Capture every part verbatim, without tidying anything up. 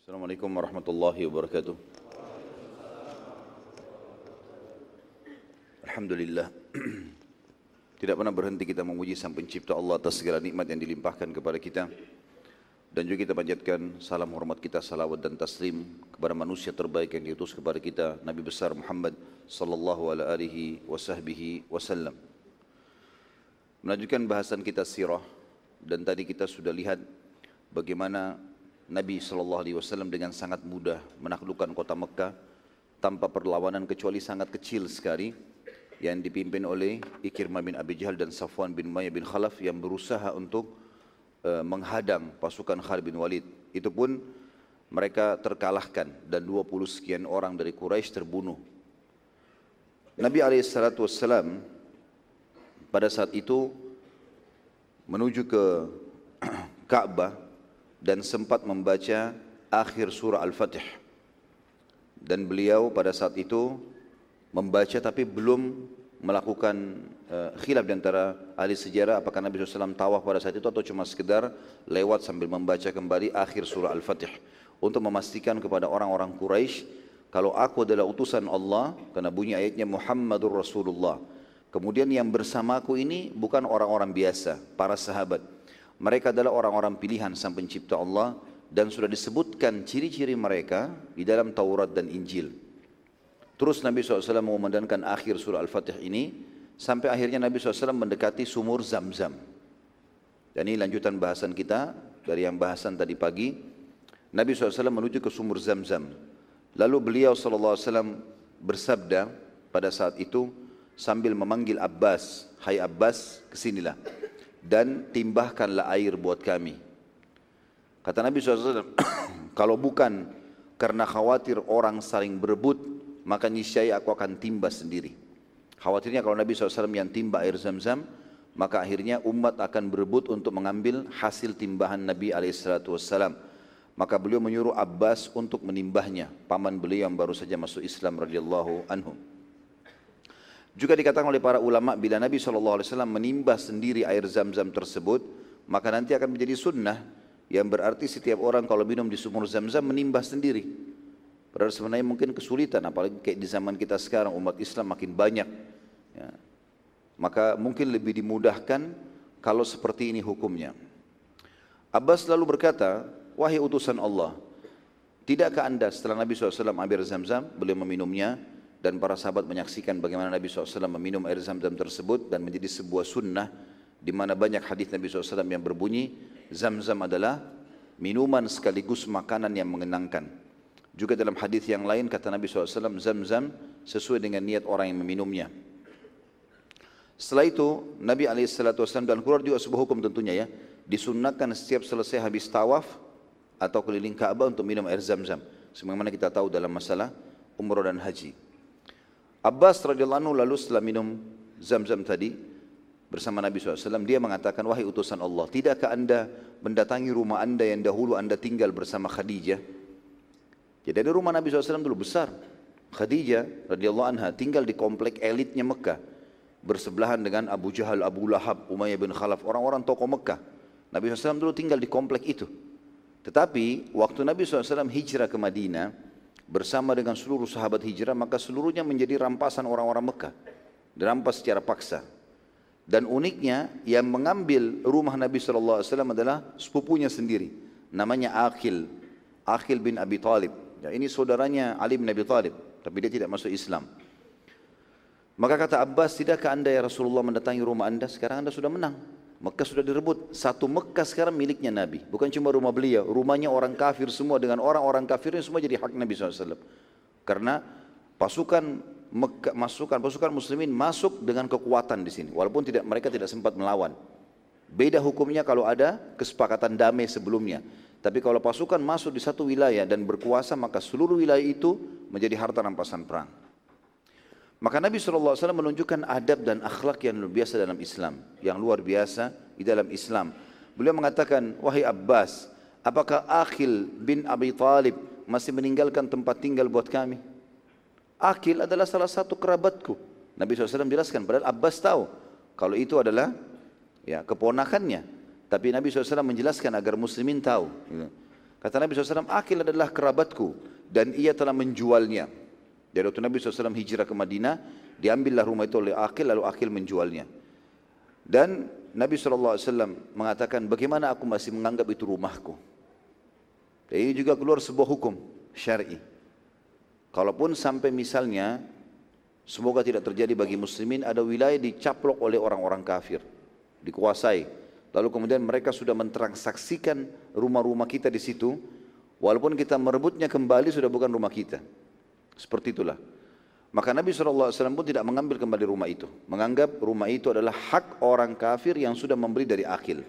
Assalamualaikum warahmatullahi wabarakatuh. Alhamdulillah. Tidak pernah berhenti kita memuji Sang Pencipta Allah atas segala nikmat yang dilimpahkan kepada kita. Dan juga kita panjatkan salam hormat kita, salawat dan taslim kepada manusia terbaik yang diutus kepada kita, Nabi besar Muhammad sallallahu alaihi wasahbihi wasallam. Melanjutkan bahasan kita sirah, dan tadi kita sudah lihat bagaimana Nabi shallallahu alaihi wasallam dengan sangat mudah menaklukkan kota Mekah tanpa perlawanan kecuali sangat kecil sekali yang dipimpin oleh Ikrimah bin Abi Jahal dan Safwan bin Umayyah bin Khalaf yang berusaha untuk uh, menghadang pasukan Khalid bin Walid. Itu pun mereka terkalahkan dan dua puluh sekian orang dari Quraisy terbunuh. Nabi alaihi salatu wassalam pada saat itu menuju ke Ka'bah dan sempat membaca akhir surah Al-Fatih. Dan beliau pada saat itu membaca tapi belum melakukan uh, khilaf di antara ahli sejarah apakah Nabi shallallahu alaihi wasallam tawaf pada saat itu atau cuma sekedar lewat sambil membaca kembali akhir surah Al-Fatih untuk memastikan kepada orang-orang Quraisy kalau aku adalah utusan Allah, karena bunyi ayatnya Muhammadur Rasulullah. Kemudian yang bersamaku ini bukan orang-orang biasa, para sahabat. Mereka adalah orang-orang pilihan Sang Pencipta Allah dan sudah disebutkan ciri-ciri mereka di dalam Taurat dan Injil. Terus Nabi shallallahu alaihi wasallam mengumandangkan akhir surah Al-Fatih ini sampai akhirnya Nabi shallallahu alaihi wasallam mendekati sumur Zam-Zam. Dan ini lanjutan bahasan kita dari yang bahasan tadi pagi. Nabi shallallahu alaihi wasallam menuju ke sumur Zam-Zam. Lalu beliau shallallahu alaihi wasallam bersabda pada saat itu sambil memanggil Abbas, "Hai Abbas, kesinilah dan timbahkanlah air buat kami." Kata Nabi shallallahu alaihi wasallam, kalau bukan karena khawatir orang saling berebut, maka niscaya aku akan timbah sendiri. Khawatirnya kalau Nabi shallallahu alaihi wasallam yang timbah air Zam-Zam, maka akhirnya umat akan berebut untuk mengambil hasil timbahan Nabi alaihi wasallam. Maka beliau menyuruh Abbas untuk menimbahnya, paman beliau yang baru saja masuk Islam radhiyallahu anhu. Juga dikatakan oleh para ulama bila Nabi shallallahu alaihi wasallam menimbah sendiri air Zam-Zam tersebut, maka nanti akan menjadi sunnah, yang berarti setiap orang kalau minum di sumur Zam-Zam menimbah sendiri. Padahal sebenarnya mungkin kesulitan, apalagi kayak di zaman kita sekarang umat Islam makin banyak. Ya. Maka mungkin lebih dimudahkan kalau seperti ini hukumnya. Abbas lalu berkata, "Wahai utusan Allah, tidakkah anda setelah Nabi shallallahu alaihi wasallam ambil Zam-Zam, beliau meminumnya, dan para sahabat menyaksikan bagaimana Nabi shallallahu alaihi wasallam meminum air Zam-Zam tersebut dan menjadi sebuah sunnah di mana banyak hadis Nabi shallallahu alaihi wasallam yang berbunyi Zam-Zam adalah minuman sekaligus makanan yang mengenangkan. Juga dalam hadis yang lain kata Nabi shallallahu alaihi wasallam, Zam-Zam sesuai dengan niat orang yang meminumnya. Setelah itu Nabi alaihi wasallam dan keluar juga sebuah hukum tentunya ya, disunnahkan setiap selesai habis tawaf atau keliling Ka'bah untuk minum air Zam-Zam, sebagaimana kita tahu dalam masalah umrah dan haji. Abbas radhiyallahu anhu lalu setelah minum Zam-Zam tadi bersama Nabi shallallahu alaihi wasallam, dia mengatakan, "Wahai utusan Allah, tidakkah anda mendatangi rumah anda yang dahulu anda tinggal bersama Khadijah?" Jadi ada rumah Nabi shallallahu alaihi wasallam dulu besar. Khadijah radhiyallahu anha tinggal di komplek elitnya Mekah, bersebelahan dengan Abu Jahal, Abu Lahab, Umayyah bin Khalaf, orang-orang tokoh Mekah. Nabi shallallahu alaihi wasallam dulu tinggal di komplek itu. Tetapi waktu Nabi shallallahu alaihi wasallam hijrah ke Madinah bersama dengan seluruh sahabat hijrah, maka seluruhnya menjadi rampasan orang-orang Mekah, dirampas secara paksa. Dan uniknya yang mengambil rumah Nabi shallallahu alaihi wasallam adalah sepupunya sendiri, namanya Aqil, Aqil bin Abi Talib. Ya, ini saudaranya Ali bin Abi Talib, tapi dia tidak masuk Islam. Maka kata Abbas, tidakkah anda ya Rasulullah mendatangi rumah anda? Sekarang anda sudah menang, Mekah sudah direbut. Satu Mekah sekarang miliknya Nabi. Bukan cuma rumah beliau, rumahnya orang kafir semua dengan orang-orang kafirnya semua jadi hak Nabi shallallahu alaihi wasallam. Karena pasukan Mekah, masukan pasukan muslimin masuk dengan kekuatan di sini. Walaupun tidak mereka tidak sempat melawan. Beda hukumnya kalau ada kesepakatan damai sebelumnya. Tapi kalau pasukan masuk di satu wilayah dan berkuasa, maka seluruh wilayah itu menjadi harta rampasan perang. Maka Nabi shallallahu alaihi wasallam menunjukkan adab dan akhlak yang luar biasa dalam Islam, yang luar biasa di dalam Islam. Beliau mengatakan, "Wahai Abbas, apakah Aqil bin Abi Talib masih meninggalkan tempat tinggal buat kami?" Aqil adalah salah satu kerabatku. Nabi shallallahu alaihi wasallam jelaskan, padahal Abbas tahu kalau itu adalah ya keponakannya. Tapi Nabi shallallahu alaihi wasallam menjelaskan agar muslimin tahu. Kata Nabi shallallahu alaihi wasallam, Aqil adalah kerabatku dan ia telah menjualnya. Jadi waktu Nabi shallallahu alaihi wasallam hijrah ke Madinah, diambillah rumah itu oleh Aqil, lalu Aqil menjualnya. Dan Nabi shallallahu alaihi wasallam mengatakan, bagaimana aku masih menganggap itu rumahku? Dan ini juga keluar sebuah hukum syar'i. Kalaupun sampai misalnya, semoga tidak terjadi bagi muslimin, ada wilayah dicaplok oleh orang-orang kafir, dikuasai. Lalu kemudian mereka sudah mentransaksikan rumah-rumah kita di situ, walaupun kita merebutnya kembali sudah bukan rumah kita. Seperti itulah. Maka Nabi shallallahu alaihi wasallam pun tidak mengambil kembali rumah itu, menganggap rumah itu adalah hak orang kafir yang sudah membeli dari Aqil.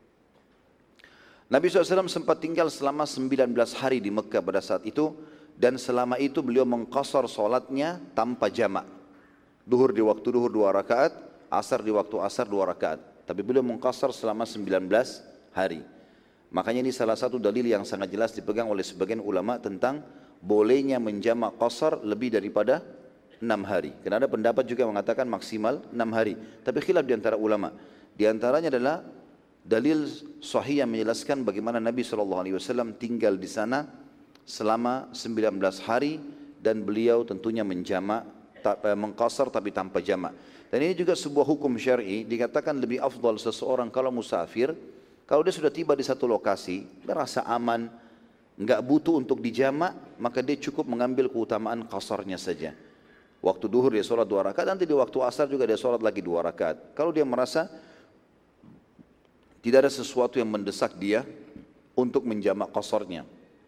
Nabi shallallahu alaihi wasallam sempat tinggal selama sembilan belas hari di Mekah pada saat itu, dan selama itu beliau mengqasar solatnya tanpa jamak. Duhur di waktu duhur dua rakaat, asar di waktu asar dua rakaat. Tapi beliau mengqasar selama sembilan belas hari. Makanya ini salah satu dalil yang sangat jelas dipegang oleh sebagian ulama tentang bolehnya menjamak qasar lebih daripada enam hari. Karena ada pendapat juga mengatakan maksimal enam hari. Tapi khilaf di antara ulama. Di antaranya adalah dalil sahih yang menjelaskan bagaimana Nabi shallallahu alaihi wasallam tinggal di sana selama sembilan belas hari dan beliau tentunya menjamak, mengqasar tapi tanpa jamak. Dan ini juga sebuah hukum syar'i, dikatakan lebih afdal seseorang kalau musafir, kalau dia sudah tiba di satu lokasi, merasa aman, enggak butuh untuk dijamak, maka dia cukup mengambil keutamaan qasarnya saja. Waktu duhur dia sholat dua rakaat, nanti di waktu asar juga dia sholat lagi dua rakaat. Kalau dia merasa tidak ada sesuatu yang mendesak dia untuk menjamak qasarnya.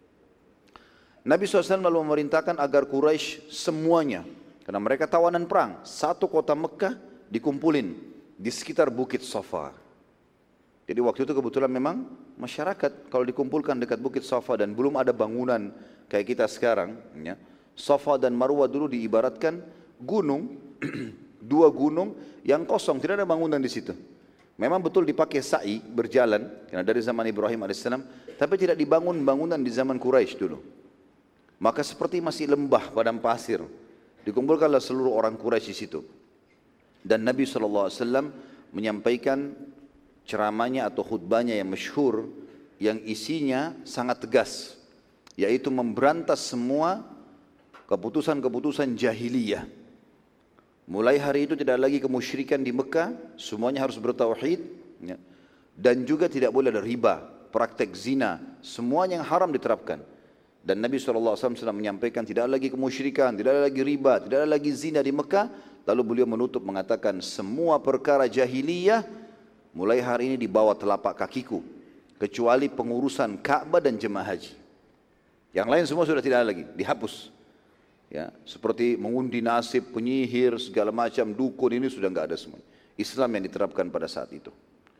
Nabi shallallahu alaihi wasallam lalu memerintahkan agar Quraisy semuanya, karena mereka tawanan perang, satu kota Mekah dikumpulin di sekitar Bukit Safa. Jadi waktu itu kebetulan memang masyarakat kalau dikumpulkan dekat Bukit Safa dan belum ada bangunan kayak kita sekarang, ya. Safa dan Marwah dulu diibaratkan gunung, dua gunung yang kosong, tidak ada bangunan di situ. Memang betul dipakai sa'i berjalan, karena dari zaman Ibrahim alaihissalam, tapi tidak dibangun bangunan di zaman Quraisy dulu. Maka seperti masih lembah padang pasir. Dikumpulkanlah seluruh orang Quraisy di situ. Dan Nabi shallallahu alaihi wasallam menyampaikan ceramahnya atau khutbahnya yang masyhur, yang isinya sangat tegas, yaitu memberantas semua keputusan-keputusan jahiliyah. Mulai hari itu tidak lagi kemusyrikan di Mekah, semuanya harus bertauhid, ya. Dan juga tidak boleh ada riba, praktek zina, semuanya yang haram diterapkan. Dan Nabi shallallahu alaihi wasallam menyampaikan tidak ada lagi kemusyrikan, tidak ada lagi riba, tidak ada lagi zina di Mekah. Lalu beliau menutup mengatakan semua perkara jahiliyah mulai hari ini di bawah telapak kakiku, kecuali pengurusan Ka'bah dan jemaah haji. Yang lain semua sudah tidak ada lagi, dihapus. Ya, seperti mengundi nasib, penyihir, segala macam dukun, ini sudah enggak ada semua. Islam yang diterapkan pada saat itu.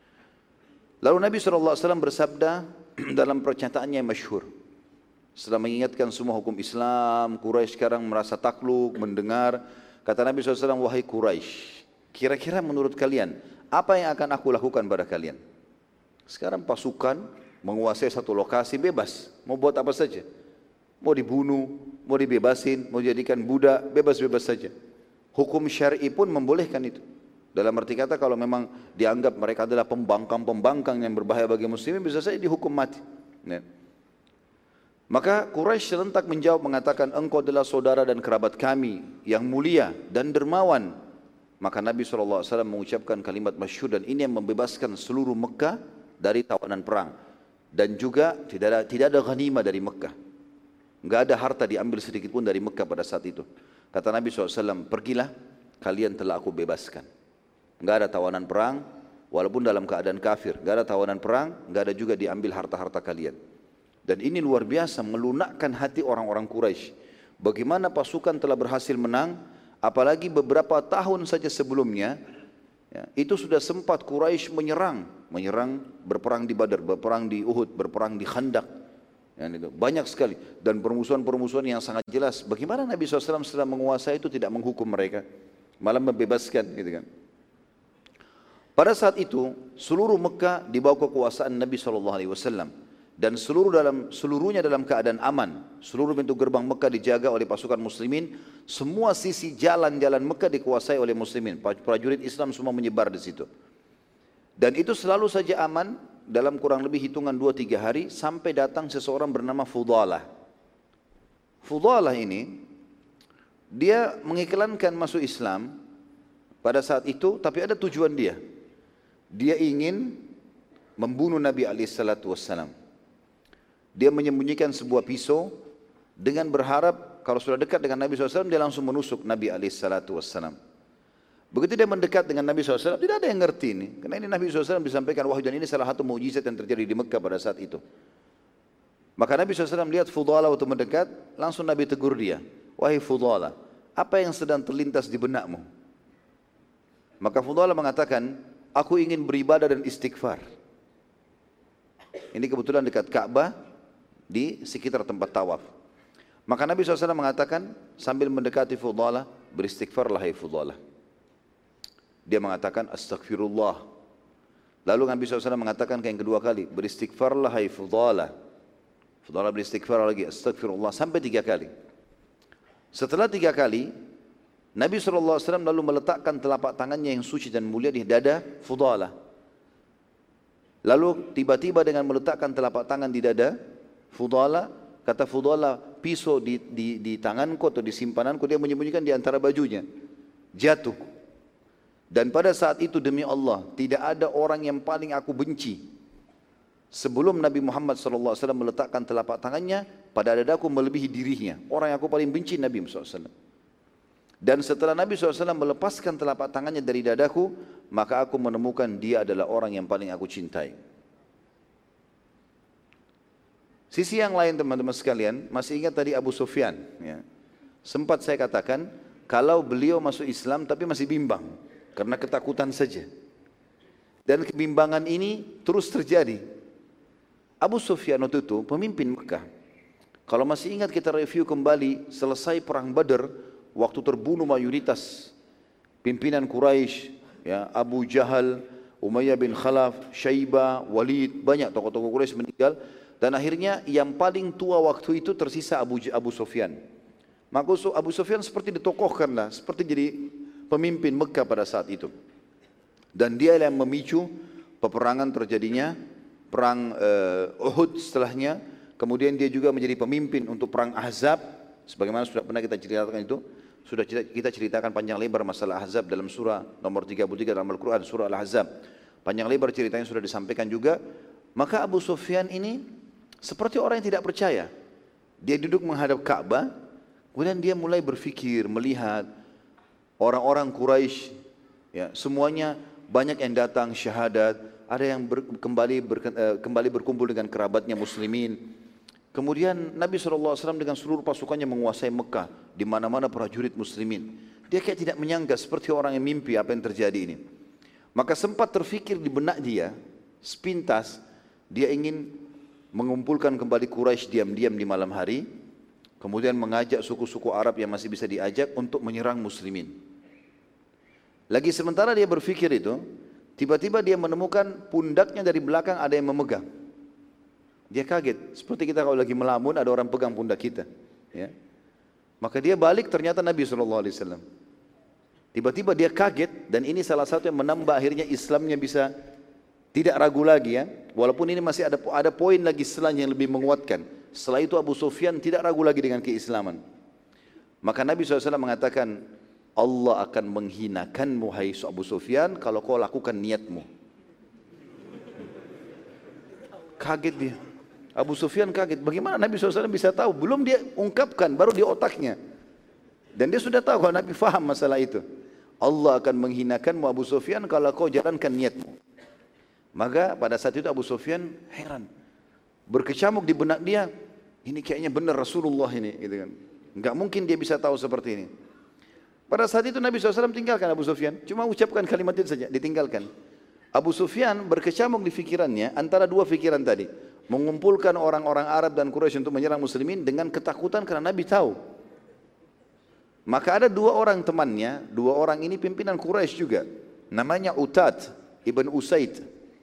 Lalu Nabi shallallahu alaihi wasallam bersabda dalam pernyataannya yang masyhur, setelah mengingatkan semua hukum Islam, Quraisy sekarang merasa takluk, mendengar. Kata Nabi shallallahu alaihi wasallam, wahai Quraisy, kira-kira menurut kalian, apa yang akan aku lakukan pada kalian? Sekarang pasukan menguasai satu lokasi bebas, mau buat apa saja. Mau dibunuh, mau dibebasin, mau dijadikan budak, bebas-bebas saja. Hukum syar'i pun membolehkan itu. Dalam arti kata kalau memang dianggap mereka adalah pembangkang-pembangkang yang berbahaya bagi muslimin, bisa saja dihukum mati. Nah. Maka Quraisy serentak menjawab mengatakan, engkau adalah saudara dan kerabat kami yang mulia dan dermawan. Maka Nabi shallallahu alaihi wasallam mengucapkan kalimat masyhur, dan ini yang membebaskan seluruh Mekah dari tawanan perang. Dan juga tidak ada, tidak ada ghanimah dari Mekah. Enggak ada harta diambil sedikit pun dari Mekah pada saat itu. Kata Nabi shallallahu alaihi wasallam, pergilah, kalian telah aku bebaskan. Enggak ada tawanan perang, walaupun dalam keadaan kafir. Enggak ada tawanan perang, enggak ada juga diambil harta-harta kalian. Dan ini luar biasa melunakkan hati orang-orang Quraisy. Bagaimana pasukan telah berhasil menang, apalagi beberapa tahun saja sebelumnya, ya, itu sudah sempat Quraisy menyerang, menyerang, berperang di Badar, berperang di Uhud, berperang di Khandaq. Ya, itu. Banyak sekali. Dan permusuhan-permusuhan yang sangat jelas. Bagaimana Nabi shallallahu alaihi wasallam setelah menguasai itu tidak menghukum mereka, malah membebaskan, gitu kan. Pada saat itu, seluruh Mekah di bawah kekuasaan Nabi shallallahu alaihi wasallam. Dan seluruh dalam seluruhnya dalam keadaan aman. Seluruh pintu gerbang Mekah dijaga oleh pasukan muslimin. Semua sisi jalan-jalan Mekah dikuasai oleh muslimin. Prajurit Islam semua menyebar di situ. Dan itu selalu saja aman dalam kurang lebih hitungan dua tiga hari sampai datang seseorang bernama Fudalah. Fudalah ini dia mengiklankan masuk Islam pada saat itu, tapi ada tujuan dia. Dia ingin membunuh Nabi alaihi salatu wassalam. Dia menyembunyikan sebuah pisau dengan berharap kalau sudah dekat dengan Nabi shallallahu alaihi wasallam dia langsung menusuk Nabi alaihi salatu wassalam. Begitu dia mendekat dengan Nabi shallallahu alaihi wasallam, tidak ada yang ngerti ini. Karena ini Nabi shallallahu alaihi wasallam disampaikan wahyu dan ini salah satu mukjizat yang terjadi di Mekah pada saat itu. Maka Nabi shallallahu alaihi wasallam lihat Fudalah waktu mendekat, langsung Nabi tegur dia. Wahai Fudalah, apa yang sedang terlintas di benakmu? Maka Fudalah mengatakan, aku ingin beribadah dan istighfar. Ini kebetulan dekat Ka'bah di sekitar tempat tawaf. Maka Nabi shallallahu alaihi wasallam mengatakan sambil mendekati Fudalah, beristighfarlah hai Fudalah. Dia mengatakan astagfirullah. Lalu Nabi shallallahu alaihi wasallam mengatakan yang kedua kali, beristighfarlah hai Fudalah. Fudalah beristighfar lagi, astagfirullah, sampai tiga kali. Setelah tiga kali, Nabi shallallahu alaihi wasallam lalu meletakkan telapak tangannya yang suci dan mulia di dada Fudalah. Lalu tiba-tiba dengan meletakkan telapak tangan di dada Fudalah, kata Fudalah, pisau di, di, di tanganku atau di simpananku, dia menyembunyikan di antara bajunya, jatuh. Dan pada saat itu demi Allah, tidak ada orang yang paling aku benci sebelum Nabi Muhammad shallallahu alaihi wasallam meletakkan telapak tangannya pada dadaku melebihi dirinya. Orang yang aku paling benci Nabi shallallahu alaihi wasallam. Dan setelah Nabi shallallahu alaihi wasallam melepaskan telapak tangannya dari dadaku, maka aku menemukan dia adalah orang yang paling aku cintai. Sisi yang lain teman-teman sekalian, masih ingat tadi Abu Sufyan, ya. Sempat saya katakan, kalau beliau masuk Islam tapi masih bimbang, karena ketakutan saja. Dan kebimbangan ini terus terjadi. Abu Sufyan waktu itu pemimpin Mekah. Kalau masih ingat kita review kembali, selesai perang Badar, waktu terbunuh mayoritas pimpinan Quraisy, ya, Abu Jahal, Umayyah bin Khalaf, Syaibah, Walid, banyak tokoh-tokoh Quraisy meninggal. Dan akhirnya yang paling tua waktu itu tersisa Abu, Abu Sufyan. Maka Abu Sufyan seperti ditokohkanlah, seperti jadi pemimpin Mekah pada saat itu. Dan dia yang memicu peperangan terjadinya perang uh, Uhud setelahnya. Kemudian dia juga menjadi pemimpin untuk perang Ahzab. Sebagaimana sudah pernah kita ceritakan itu. Sudah kita ceritakan panjang lebar masalah Ahzab dalam surah nomor tiga puluh tiga dalam Al-Quran, surah Al-Ahzab. Panjang lebar ceritanya sudah disampaikan juga. Maka Abu Sufyan ini seperti orang yang tidak percaya. Dia duduk menghadap Ka'bah, kemudian dia mulai berfikir, melihat orang-orang Quraisy, ya, semuanya banyak yang datang syahadat, ada yang ber, kembali ber, uh, kembali berkumpul dengan kerabatnya muslimin. Kemudian Nabi shallallahu alaihi wasallam dengan seluruh pasukannya menguasai Mekah, di mana-mana prajurit muslimin. Dia kayak tidak menyangka, seperti orang yang mimpi apa yang terjadi ini. Maka sempat terfikir di benak dia, sepintas dia ingin mengumpulkan kembali Quraisy diam-diam di malam hari, kemudian mengajak suku-suku Arab yang masih bisa diajak untuk menyerang muslimin. Lagi sementara dia berfikir itu, tiba-tiba dia menemukan pundaknya dari belakang ada yang memegang. Dia kaget, seperti kita kalau lagi melamun ada orang pegang pundak kita, ya. Maka dia balik, ternyata Nabi shallallahu alaihi wasallam. Tiba-tiba dia kaget, dan ini salah satu yang menambah akhirnya Islamnya bisa tidak ragu lagi, ya. Walaupun ini masih ada ada poin lagi setelahnya yang lebih menguatkan. Setelah itu Abu Sufyan tidak ragu lagi dengan keislaman. Maka Nabi shallallahu alaihi wasallam mengatakan, Allah akan menghinakanmu hai Abu Sufyan kalau kau lakukan niatmu. Kaget dia. Abu Sufyan kaget. Bagaimana Nabi shallallahu alaihi wasallam bisa tahu? Belum dia ungkapkan, baru di otaknya. Dan dia sudah tahu kalau Nabi faham masalah itu. Allah akan menghinakanmu Abu Sufyan kalau kau jalankan niatmu. Maka pada saat itu Abu Sufyan heran. Berkecamuk di benak dia, ini kayaknya benar Rasulullah ini, gitu kan. Enggak mungkin dia bisa tahu seperti ini. Pada saat itu Nabi shallallahu alaihi wasallam tinggalkan Abu Sufyan, cuma ucapkan kalimat itu saja, ditinggalkan. Abu Sufyan berkecamuk di fikirannya antara dua fikiran tadi, mengumpulkan orang-orang Arab dan Quraisy untuk menyerang muslimin dengan ketakutan karena Nabi tahu. Maka ada dua orang temannya, dua orang ini pimpinan Quraisy juga, namanya Utad ibn Usaid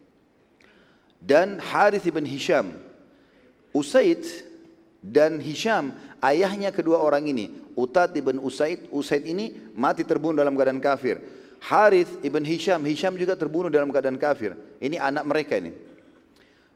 dan Harith ibn Hisham. Usaid dan Hisham, ayahnya kedua orang ini. Utad ibn Usaid, Usaid ini mati terbunuh dalam keadaan kafir. Harith ibn Hisham, Hisham juga terbunuh dalam keadaan kafir. Ini anak mereka ini.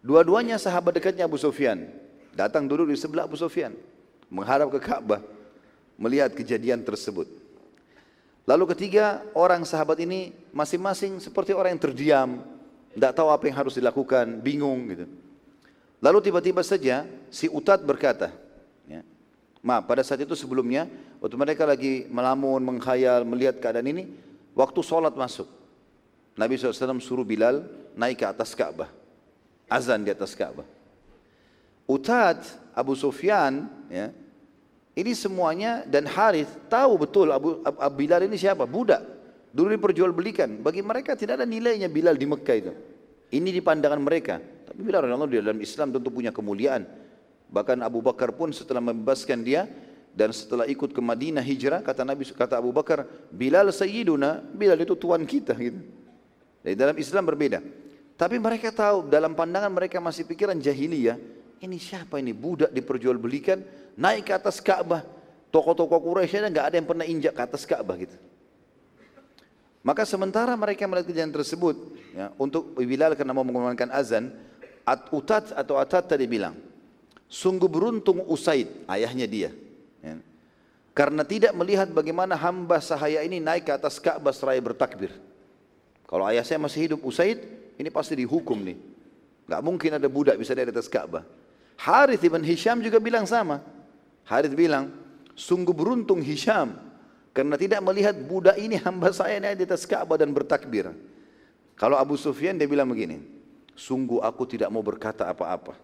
Dua-duanya sahabat dekatnya Abu Sufyan. Datang duduk di sebelah Abu Sufyan, menghadap ke Ka'bah, melihat kejadian tersebut. Lalu ketiga orang sahabat ini masing-masing seperti orang yang terdiam, tidak tahu apa yang harus dilakukan, bingung gitu. Lalu tiba-tiba saja si Utad berkata, ya, maaf pada saat itu sebelumnya, waktu mereka lagi melamun, menghayal, melihat keadaan ini, waktu sholat masuk, Nabi shallallahu alaihi wasallam suruh Bilal naik ke atas Ka'bah, azan di atas Ka'bah. Utad, Abu Sufyan, ya, ini semuanya dan Harith tahu betul Abu, Abu Bilal ini siapa, budak, dulu diperjualbelikan. Bagi mereka tidak ada nilainya Bilal di Mekah itu. Ini di pandangan mereka. Tapi Bilal radhiyallahu anhu di dalam Islam tentu punya kemuliaan. Bahkan Abu Bakar pun setelah membebaskan dia dan setelah ikut ke Madinah hijrah, kata Nabi, kata Abu Bakar, Bilal sayyiduna, Bilal itu tuan kita gitu. Dari dalam Islam berbeda. Tapi mereka tahu, dalam pandangan mereka masih pikiran jahiliyah, ini siapa ini, budak diperjualbelikan, naik ke atas Ka'bah. Tokoh-tokoh Quraisy enggak ada yang pernah injak ke atas Ka'bah gitu. Maka sementara mereka melihat kejadian tersebut, ya, untuk Bilal karena mau mengumandangkan azan, Utad atau Atad tadi bilang, sungguh beruntung Usaid, ayahnya dia, ya, karena tidak melihat bagaimana hamba sahaya ini naik ke atas Ka'bah seraya bertakbir. Kalau ayah saya masih hidup Usaid, ini pasti dihukum nih. Gak mungkin ada budak bisa di atas Ka'bah. Harith ibn Hisham juga bilang sama. Harith bilang, sungguh beruntung Hisham karena tidak melihat budak ini hamba saya naik di atas Ka'bah dan bertakbir. Kalau Abu Sufyan dia bilang begini, sungguh aku tidak mau berkata apa-apa.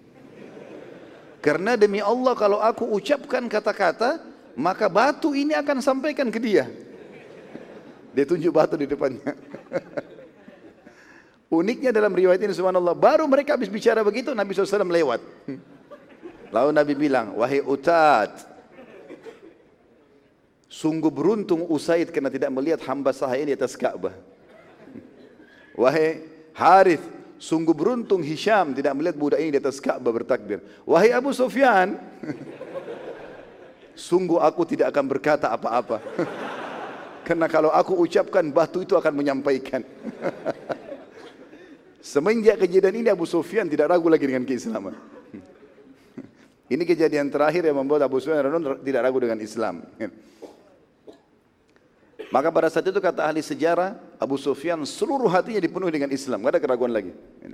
Karena demi Allah kalau aku ucapkan kata-kata, maka batu ini akan sampaikan ke dia. Dia tunjuk batu di depannya. Uniknya dalam riwayat ini subhanallah, baru mereka habis bicara begitu, Nabi shallallahu alaihi wasallam lewat. Lalu Nabi bilang, wahai Utad, sungguh beruntung Usaid karena tidak melihat hamba sahaya di atas Ka'bah. Wahai Harith, sungguh beruntung Hisham tidak melihat budak ini di atas Ka'bah bertakbir. Wahai Abu Sufyan, sungguh aku tidak akan berkata apa-apa. Karena kalau aku ucapkan, batu itu akan menyampaikan. Semenjak kejadian ini Abu Sufyan tidak ragu lagi dengan keislaman. Ini kejadian terakhir yang membuat Abu Sufyan tidak ragu dengan Islam. Maka pada saat itu kata ahli sejarah, Abu Sufyan seluruh hatinya dipenuhi dengan Islam, tidak ada keraguan lagi.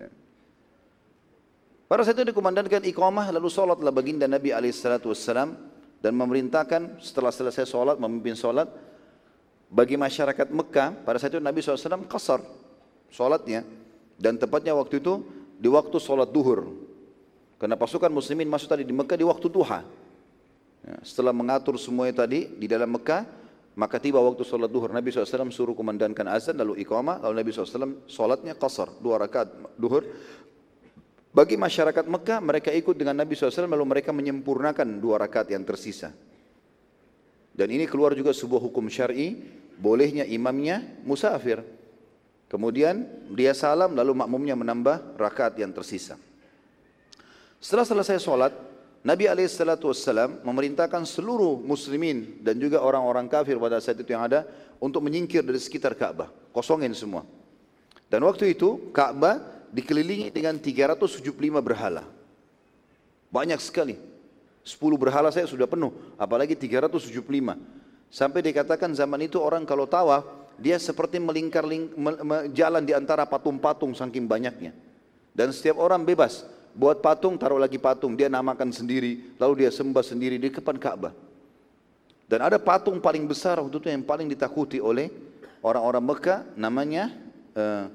Pada saat itu dikumandangkan iqamah, lalu sholatlah baginda Nabi alaihi salatu wassalam dan memerintahkan setelah selesai sholat, memimpin sholat bagi masyarakat Mekah. Pada saat itu Nabi shallallahu alaihi wasallam qasar sholatnya, dan tepatnya waktu itu di waktu sholat duhur. Karena pasukan muslimin masuk tadi di Mekah di waktu duha. Ya, setelah mengatur semuanya tadi di dalam Mekah, maka tiba waktu sholat duhur. Nabi shallallahu alaihi wasallam suruh kumandangkan azan, lalu iqamah, lalu Nabi shallallahu alaihi wasallam sholatnya qasar, dua rakaat duhur. Bagi masyarakat Mekah, mereka ikut dengan Nabi shallallahu alaihi wasallam, lalu mereka menyempurnakan dua rakaat yang tersisa. Dan ini keluar juga sebuah hukum syar'i, bolehnya imamnya musafir. Kemudian dia salam, lalu makmumnya menambah rakaat yang tersisa. Setelah selesai sholat, Nabi alaihi salatu wassalam memerintahkan seluruh muslimin dan juga orang-orang kafir pada saat itu yang ada untuk menyingkir dari sekitar Ka'bah, kosongin semua. Dan waktu itu Ka'bah dikelilingi dengan tiga ratus tujuh puluh lima berhala. Banyak sekali. sepuluh berhala saya sudah penuh, apalagi tiga ratus tujuh puluh lima. Sampai dikatakan zaman itu orang kalau tawaf, dia seperti melingkar ling, me, me, jalan di antara patung-patung saking banyaknya. Dan setiap orang bebas buat patung, taruh lagi patung, dia namakan sendiri, lalu dia sembah sendiri di depan Ka'bah. Dan ada patung paling besar waktu itu yang paling ditakuti oleh orang-orang Mekah, namanya uh,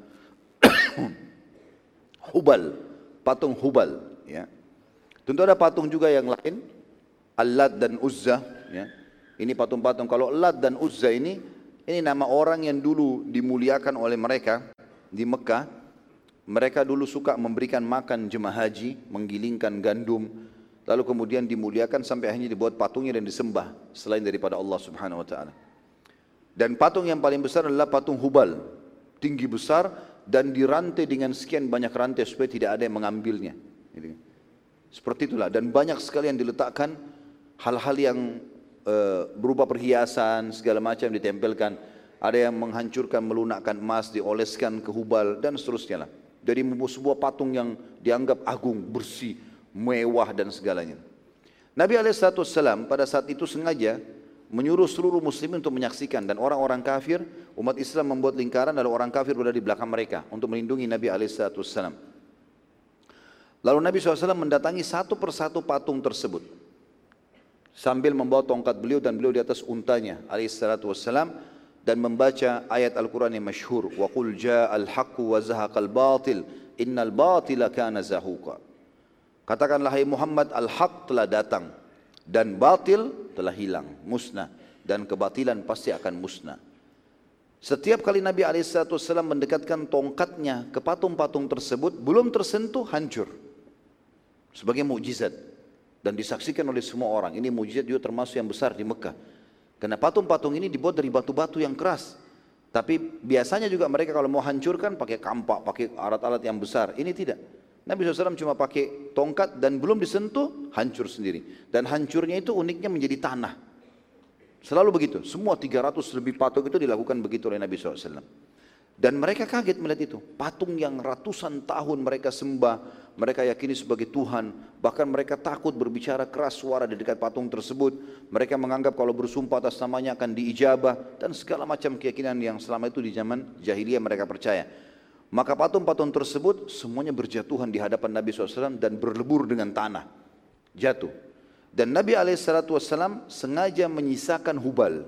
Hubal, patung Hubal. Ya. Tentu ada patung juga yang lain, Al-Lat dan Uzza. Ya. Ini patung-patung. Kalau Lat dan Uzza ini, ini nama orang yang dulu dimuliakan oleh mereka di Mekah. Mereka dulu suka memberikan makan jemaah haji, menggilingkan gandum, lalu kemudian dimuliakan sampai akhirnya dibuat patungnya dan disembah selain daripada Allah Subhanahu wa taala. Dan patung yang paling besar adalah patung Hubal, tinggi besar dan dirantai dengan sekian banyak rantai supaya tidak ada yang mengambilnya. Seperti itulah, dan banyak sekali yang diletakkan hal-hal yang uh, berupa perhiasan segala macam ditempelkan. Ada yang menghancurkan, melunakkan emas, dioleskan ke Hubal dan seterusnya lah. Jadi sebuah patung yang dianggap agung, bersih, mewah dan segalanya. Nabi shallallahu alaihi wasallam pada saat itu sengaja menyuruh seluruh muslimin untuk menyaksikan, dan orang-orang kafir, umat Islam membuat lingkaran lalu orang kafir berada di belakang mereka untuk melindungi Nabi shallallahu alaihi wasallam. Lalu Nabi shallallahu alaihi wasallam mendatangi satu persatu patung tersebut sambil membawa tongkat beliau dan beliau di atas untanya alaihissalatu wassalam, dan membaca ayat Al-Quran yang masyhur, wa qul ja'al haqqu wa zahaqal batil innal batila kana zahuqa. Katakanlah hai Muhammad, al-haq telah datang dan batil telah hilang, musnah, dan kebatilan pasti akan musnah. Setiap kali Nabi alaihissalatu wassalam mendekatkan tongkatnya ke patung-patung tersebut, belum tersentuh hancur sebagai mukjizat. Dan disaksikan oleh semua orang. Ini mukjizat juga termasuk yang besar di Mekah. Karena patung-patung ini dibuat dari batu-batu yang keras. Tapi biasanya juga mereka kalau mau hancurkan pakai kampak, pakai alat-alat yang besar. Ini tidak. Nabi shallallahu alaihi wasallam cuma pakai tongkat dan belum disentuh, hancur sendiri. Dan hancurnya itu uniknya menjadi tanah. Selalu begitu. Semua tiga ratus lebih patung itu dilakukan begitu oleh Nabi shallallahu alaihi wasallam. Dan mereka kaget melihat itu. Patung yang ratusan tahun mereka sembah, mereka yakini sebagai Tuhan. Bahkan mereka takut berbicara keras suara di dekat patung tersebut. Mereka menganggap kalau bersumpah atas namanya akan diijabah. Dan segala macam keyakinan yang selama itu di zaman jahiliyah mereka percaya. Maka patung-patung tersebut semuanya berjatuhan di hadapan Nabi shallallahu alaihi wasallam dan berlebur dengan tanah. Jatuh. Dan Nabi alaihissalatu wassalam sengaja menyisakan Hubal.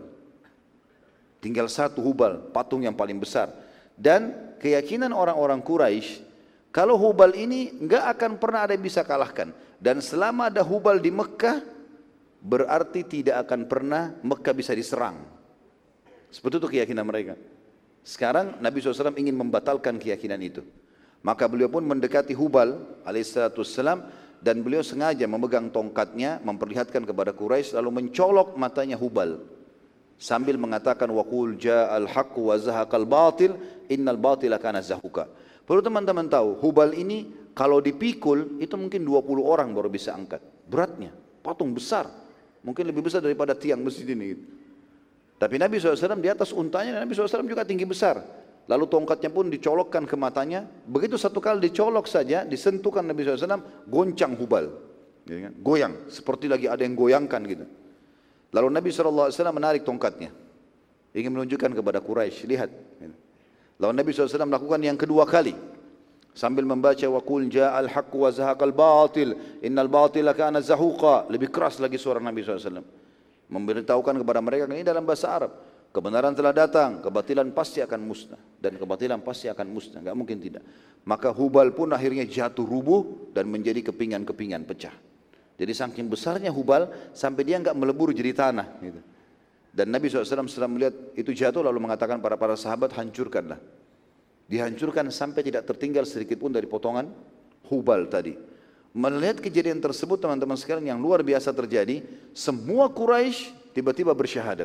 Tinggal satu Hubal, patung yang paling besar. Dan keyakinan orang-orang Quraisy, kalau Hubal ini enggak akan pernah ada yang bisa kalahkan. Dan selama ada Hubal di Mekah, berarti tidak akan pernah Mekah bisa diserang. Seperti itu keyakinan mereka. Sekarang Nabi shallallahu alaihi wasallam ingin membatalkan keyakinan itu. Maka beliau pun mendekati Hubal alaihissalatu wassalam, dan beliau sengaja memegang tongkatnya, memperlihatkan kepada Quraisy, lalu mencolok matanya Hubal. Sambil mengatakan waqul ja'al haqqu wa zahaqal batil innal batila kana zahuqa. Perlu teman-teman tahu, Hubal ini kalau dipikul itu mungkin dua puluh orang baru bisa angkat. Beratnya, patung besar. Mungkin lebih besar daripada tiang masjid ini. Tapi Nabi shallallahu alaihi wasallam di atas untanya, dan Nabi shallallahu alaihi wasallam juga tinggi besar. Lalu tongkatnya pun dicolokkan ke matanya. Begitu satu kali dicolok saja, disentuhkan Nabi shallallahu alaihi wasallam, goncang Hubal. Goyang, seperti lagi ada yang goyangkan gitu. Lalu Nabi shallallahu alaihi wasallam menarik tongkatnya, ingin menunjukkan kepada Quraisy, lihat. Lalu Nabi shallallahu alaihi wasallam melakukan yang kedua kali, sambil membaca wa qul ja'al haqqu wa zahaqal batil innal batila kana zahuqa. Lebih keras lagi suara Nabi shallallahu alaihi wasallam, memberitahukan kepada mereka, ini dalam bahasa Arab, kebenaran telah datang, kebatilan pasti akan musnah, dan kebatilan pasti akan musnah, enggak mungkin tidak. Maka Hubal pun akhirnya jatuh rubuh dan menjadi kepingan-kepingan pecah. Jadi saking besarnya Hubal sampai dia enggak melebur jadi tanah gitu. Dan Nabi shallallahu alaihi wasallam setelah melihat itu jatuh lalu mengatakan para para sahabat, hancurkanlah. Dihancurkan sampai tidak tertinggal sedikit pun dari potongan Hubal tadi. Melihat kejadian tersebut teman-teman sekalian yang luar biasa terjadi, semua Quraisy tiba-tiba bersyahadat.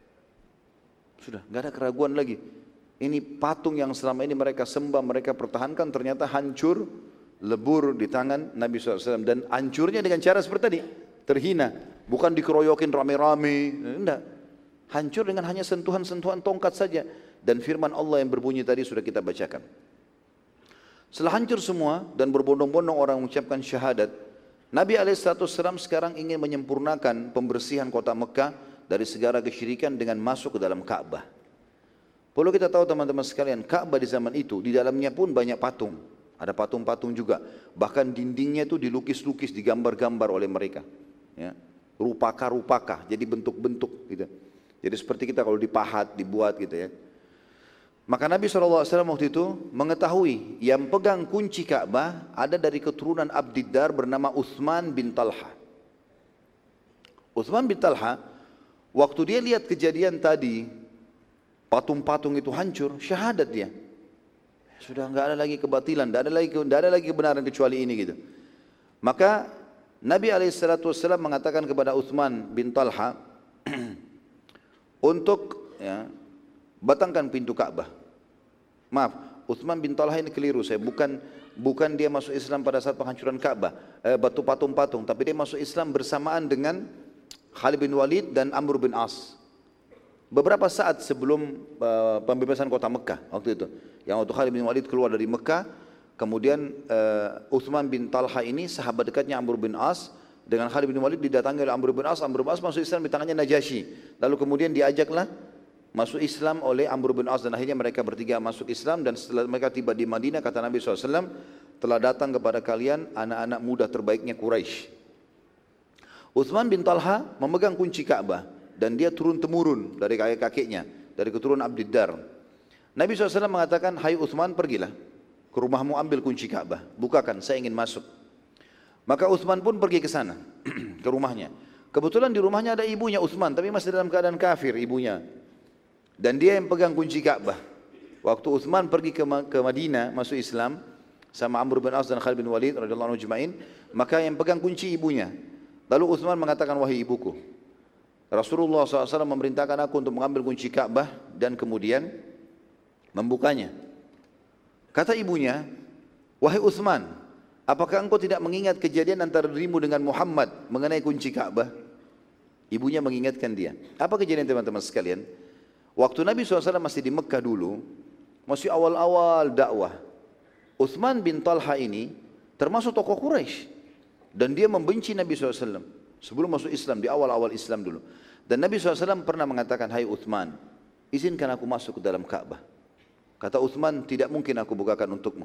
Sudah enggak ada keraguan lagi. Ini patung yang selama ini mereka sembah, mereka pertahankan, ternyata hancur, lebur di tangan Nabi shallallahu alaihi wasallam. Dan hancurnya dengan cara seperti tadi, terhina, bukan dikeroyokin rame-rame, enggak. Hancur dengan hanya sentuhan-sentuhan tongkat saja. Dan firman Allah yang berbunyi tadi sudah kita bacakan. Setelah hancur semua dan berbondong-bondong orang mengucapkan syahadat, Nabi alaihissalatu wassalam sekarang ingin menyempurnakan pembersihan kota Mekah dari segala kesyirikan dengan masuk ke dalam Ka'bah. Perlu kita tahu teman-teman sekalian, Ka'bah di zaman itu, di dalamnya pun banyak patung. Ada patung-patung juga. Bahkan dindingnya itu dilukis-lukis, digambar-gambar oleh mereka. Ya. Rupaka-rupaka, jadi bentuk-bentuk gitu. Jadi seperti kita kalau dipahat, dibuat gitu ya. Maka Nabi shallallahu alaihi wasallam waktu itu mengetahui yang pegang kunci Ka'bah ada dari keturunan Abdiddar bernama Uthman bin Talha. Uthman bin Talha, waktu dia lihat kejadian tadi, patung-patung itu hancur, syahadat dia. Sudah enggak ada lagi kebatilan, enggak ada lagi enggak ada lagi kebenaran kecuali ini gitu. Maka Nabi alaihissalatu wassalam mengatakan kepada Uthman bin Talha untuk ya, batangkan pintu Ka'bah. Maaf, Uthman bin Talha ini keliru saya, bukan bukan dia masuk Islam pada saat penghancuran Ka'bah, eh, batu patung-patung, tapi dia masuk Islam bersamaan dengan Khalid bin Walid dan Amr bin As. Beberapa saat sebelum uh, pembebasan kota Mekah waktu itu, yang waktu Khalid bin Walid keluar dari Mekah, kemudian uh, Uthman bin Talha ini sahabat dekatnya Amr bin As dengan Khalid bin Walid didatangi oleh Amr bin As. Amr bin As masuk Islam di tangannya Najasyi. Lalu kemudian diajaklah masuk Islam oleh Amr bin As dan akhirnya mereka bertiga masuk Islam. Dan setelah mereka tiba di Madinah, kata Nabi shallallahu alaihi wasallam, telah datang kepada kalian anak-anak muda terbaiknya Quraisy. Uthman bin Talha memegang kunci Ka'bah dan dia turun temurun dari kakek-kakeknya, dari keturunan Abdiddar. Nabi shallallahu alaihi wasallam mengatakan, hai Uthman, pergilah ke rumahmu, ambil kunci Ka'bah, bukakan, saya ingin masuk. Maka Uthman pun pergi ke sana, ke rumahnya. Kebetulan di rumahnya ada ibunya Uthman, tapi masih dalam keadaan kafir ibunya. Dan dia yang pegang kunci Ka'bah. Waktu Uthman pergi ke, ke Madinah, masuk Islam, sama Amr bin As dan Khalid bin Walid radhiyallahu anhu ajma'in, maka yang pegang kunci ibunya. Lalu Uthman mengatakan, wahai ibuku, Rasulullah shallallahu alaihi wasallam memerintahkan aku untuk mengambil kunci Ka'bah dan kemudian membukanya. Kata ibunya, wahai Uthman, apakah engkau tidak mengingat kejadian antara dirimu dengan Muhammad mengenai kunci Ka'bah? Ibunya mengingatkan dia. Apa kejadian teman-teman sekalian? Waktu Nabi shallallahu alaihi wasallam masih di Mekah dulu, masih awal-awal dakwah, Uthman bin Talha ini termasuk tokoh Quraisy dan dia membenci Nabi shallallahu alaihi wasallam sebelum masuk Islam, di awal-awal Islam dulu. Dan Nabi shallallahu alaihi wasallam pernah mengatakan, hai Uthman, izinkan aku masuk ke dalam Ka'bah. Kata Uthman, tidak mungkin aku bukakan untukmu.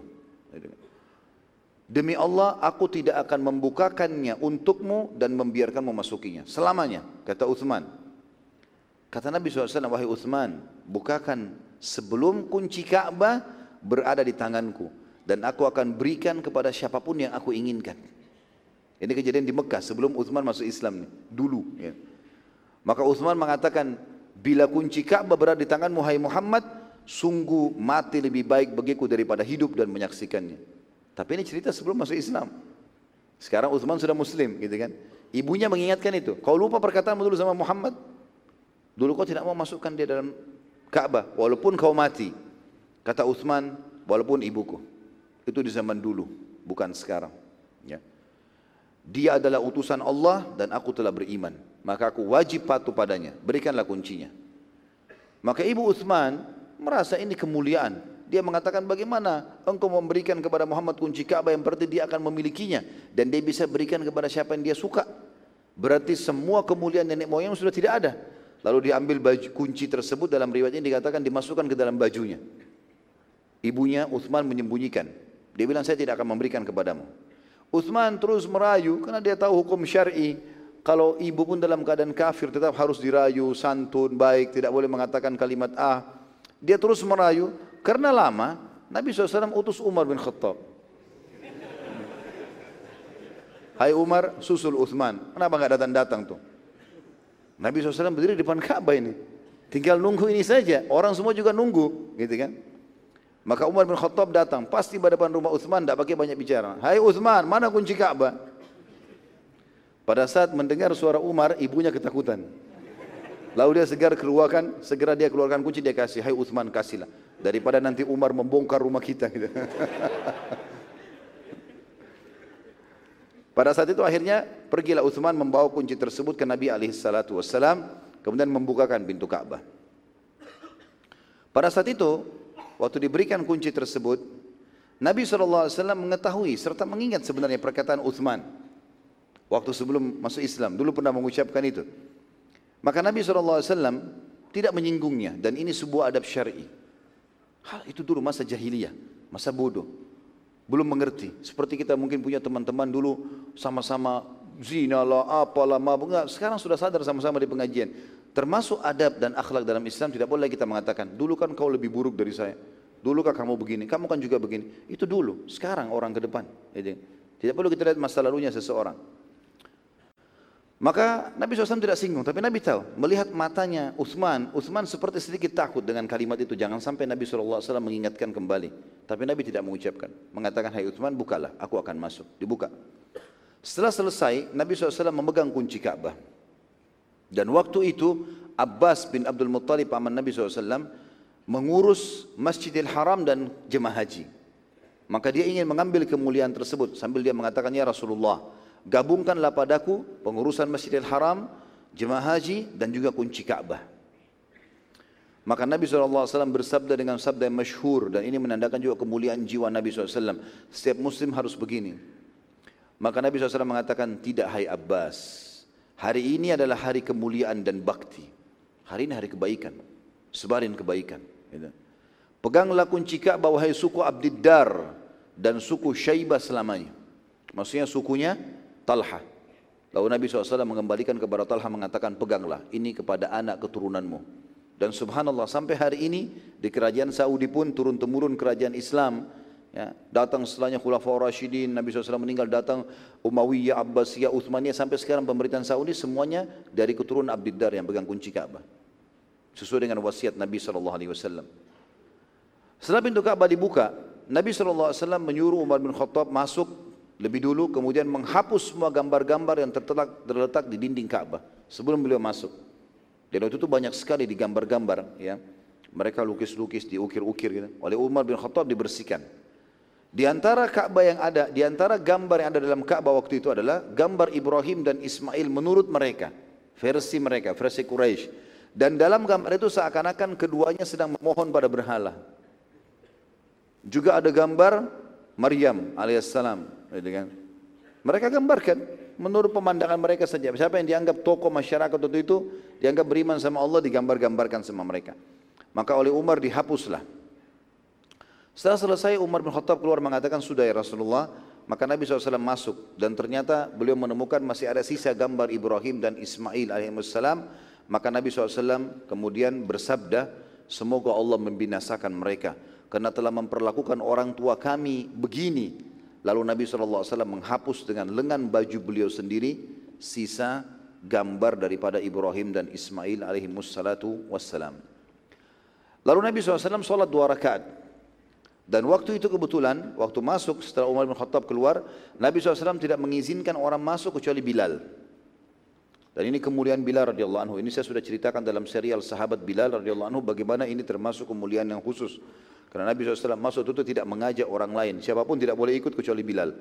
Demi Allah, aku tidak akan membukakannya untukmu dan membiarkanmu masukinya selamanya, kata Uthman. Kata Nabi shallallahu alaihi wasallam, wahai Uthman, bukakan sebelum kunci Ka'bah berada di tanganku, dan aku akan berikan kepada siapapun yang aku inginkan. Ini kejadian di Mekah sebelum Uthman masuk Islam nih, dulu. Ya. Maka Uthman mengatakan, bila kunci Ka'bah berada di tanganmu, hai Muhammad, sungguh mati lebih baik bagiku daripada hidup dan menyaksikannya. Tapi ini cerita sebelum masuk Islam. Sekarang Uthman sudah Muslim, gitu kan? Ibunya mengingatkan itu. Kau lupa perkataanmu dulu sama Muhammad? Dulu kau tidak mau masukkan dia dalam Ka'bah, walaupun kau mati. Kata Uthman, walaupun ibuku. Itu di zaman dulu, bukan sekarang. Ya. Dia adalah utusan Allah dan aku telah beriman. Maka aku wajib patuh padanya. Berikanlah kuncinya. Maka ibu Uthman merasa ini kemuliaan. Dia mengatakan, bagaimana engkau memberikan kepada Muhammad kunci Ka'bah yang berarti dia akan memilikinya. Dan dia bisa berikan kepada siapa yang dia suka. Berarti semua kemuliaan nenek moyang sudah tidak ada. Lalu diambil baju, kunci tersebut, dalam riwayat ini dikatakan dimasukkan ke dalam bajunya. Ibunya Uthman menyembunyikan. Dia bilang, saya tidak akan memberikan kepadamu. Uthman terus merayu karena dia tahu hukum syar'i. Kalau ibu pun dalam keadaan kafir tetap harus dirayu, santun, baik, tidak boleh mengatakan kalimat ah. Dia terus merayu. Karena lama Nabi shallallahu alaihi wasallam utus Umar bin Khattab. Hai Umar, susul Uthman. Kenapa nggak datang-datang tuh? Nabi shallallahu alaihi wasallam berdiri di depan Ka'bah ini. Tinggal nunggu ini saja. Orang semua juga nunggu, gitu kan? Maka Umar bin Khattab datang, pasti pada depan rumah Uthman, tidak pakai banyak bicara. Hai Uthman, mana kunci Ka'bah? Pada saat mendengar suara Umar, ibunya ketakutan. Lalu dia segera keluarkan, segera dia keluarkan kunci, dia kasih. Hai Uthman, kasihlah. Daripada nanti Umar membongkar rumah kita. Gitu. Pada saat itu akhirnya pergilah Uthman membawa kunci tersebut ke Nabi alaihi salatu wassalam, kemudian membukakan pintu Ka'bah. Pada saat itu, waktu diberikan kunci tersebut, Nabi shallallahu alaihi wasallam mengetahui serta mengingat sebenarnya perkataan Uthman. Waktu sebelum masuk Islam, dulu pernah mengucapkan itu. Maka Nabi shallallahu alaihi wasallam tidak menyinggungnya, dan ini sebuah adab syar'i. Hal itu dulu masa jahiliyah, masa bodoh, belum mengerti. Seperti kita mungkin punya teman-teman dulu sama-sama zina lah, apalah, mabuk. Enggak, sekarang sudah sadar sama-sama di pengajian. Termasuk adab dan akhlak dalam Islam, tidak boleh kita mengatakan, dulu kan kau lebih buruk dari saya, dulu kan kamu begini, kamu kan juga begini. Itu dulu, sekarang orang ke depan. Tidak perlu kita lihat masa lalunya seseorang. Maka Nabi shallallahu alaihi wasallam tidak singgung, tapi Nabi tahu, melihat matanya Uthman, Uthman seperti sedikit takut dengan kalimat itu. Jangan sampai Nabi shallallahu alaihi wasallam mengingatkan kembali. Tapi Nabi tidak mengucapkan, mengatakan, hai Uthman, bukalah, aku akan masuk. Dibuka. Setelah selesai, Nabi shallallahu alaihi wasallam memegang kunci Ka'bah. Dan waktu itu Abbas bin Abdul Muttalib, paman Nabi shallallahu alaihi wasallam, mengurus Masjidil Haram dan jemaah haji. Maka dia ingin mengambil kemuliaan tersebut sambil dia mengatakan, ya Rasulullah, gabungkanlah padaku pengurusan Masjidil Haram, jemaah haji, dan juga kunci Ka'bah. Maka Nabi shallallahu alaihi wasallam bersabda dengan sabda yang masyhur, dan ini menandakan juga kemuliaan jiwa Nabi shallallahu alaihi wasallam. Setiap muslim harus begini. Maka Nabi shallallahu alaihi wasallam mengatakan, tidak hai Abbas, hari ini adalah hari kemuliaan dan bakti. Hari ini hari kebaikan, sebarin kebaikan. Peganglah kunci Ka'bah wahai suku Abdiddar dan suku Syaibah selamanya. Maksudnya sukunya Talha. Lalu Nabi shallallahu alaihi wasallam mengembalikan kepada Talha mengatakan, peganglah ini kepada anak keturunanmu. Dan subhanallah sampai hari ini di kerajaan Saudi pun turun-temurun kerajaan Islam. Ya, datang setelahnya Khulafaur Rasyidin, Nabi shallallahu alaihi wasallam meninggal, datang Umayyah, Abbasiyah, Utsmaniyah, sampai sekarang pemerintahan Saudi semuanya dari keturunan Abdiddar yang pegang kunci Ka'bah. Sesuai dengan wasiat Nabi shallallahu alaihi wasallam. Setelah pintu Ka'bah dibuka, Nabi shallallahu alaihi wasallam menyuruh Umar bin Khattab masuk lebih dulu, kemudian menghapus semua gambar-gambar yang terletak, terletak di dinding Ka'bah sebelum beliau masuk. Dan waktu itu banyak sekali di gambar-gambar, ya. Mereka lukis-lukis, diukir-ukir gitu. Oleh Umar bin Khattab dibersihkan. Di antara Ka'bah yang ada, di antara gambar yang ada dalam Ka'bah waktu itu adalah gambar Ibrahim dan Ismail menurut mereka, versi mereka, versi Quraisy. Dan dalam gambar itu seakan-akan keduanya sedang memohon pada berhala. Juga ada gambar Maryam alaihissalam, gitu kan. Mereka gambarkan menurut pemandangan mereka saja. Siapa yang dianggap tokoh masyarakat waktu itu, dianggap beriman sama Allah, digambar-gambarkan sama mereka. Maka oleh Umar dihapuslah. Setelah selesai, Umar bin Khattab keluar mengatakan, sudah ya Rasulullah. Maka Nabi shallallahu alaihi wasallam masuk, dan ternyata beliau menemukan masih ada sisa gambar Ibrahim dan Ismail alaihissalam. Maka Nabi shallallahu alaihi wasallam kemudian bersabda, semoga Allah membinasakan mereka, karena telah memperlakukan orang tua kami begini. Lalu Nabi shallallahu alaihi wasallam menghapus dengan lengan baju beliau sendiri sisa gambar daripada Ibrahim dan Ismail alaihimussalatu wassalam. Lalu Nabi shallallahu alaihi wasallam sholat dua rakaat. Dan waktu itu kebetulan, waktu masuk setelah Umar bin Khattab keluar, Nabi shallallahu alaihi wasallam tidak mengizinkan orang masuk kecuali Bilal. Dan ini kemuliaan Bilal radhiyallahu anhu. Ini saya sudah ceritakan dalam serial sahabat Bilal radhiyallahu anhu, bagaimana ini termasuk kemuliaan yang khusus. Karena Nabi shallallahu alaihi wasallam masuk itu tidak mengajak orang lain. Siapapun tidak boleh ikut kecuali Bilal.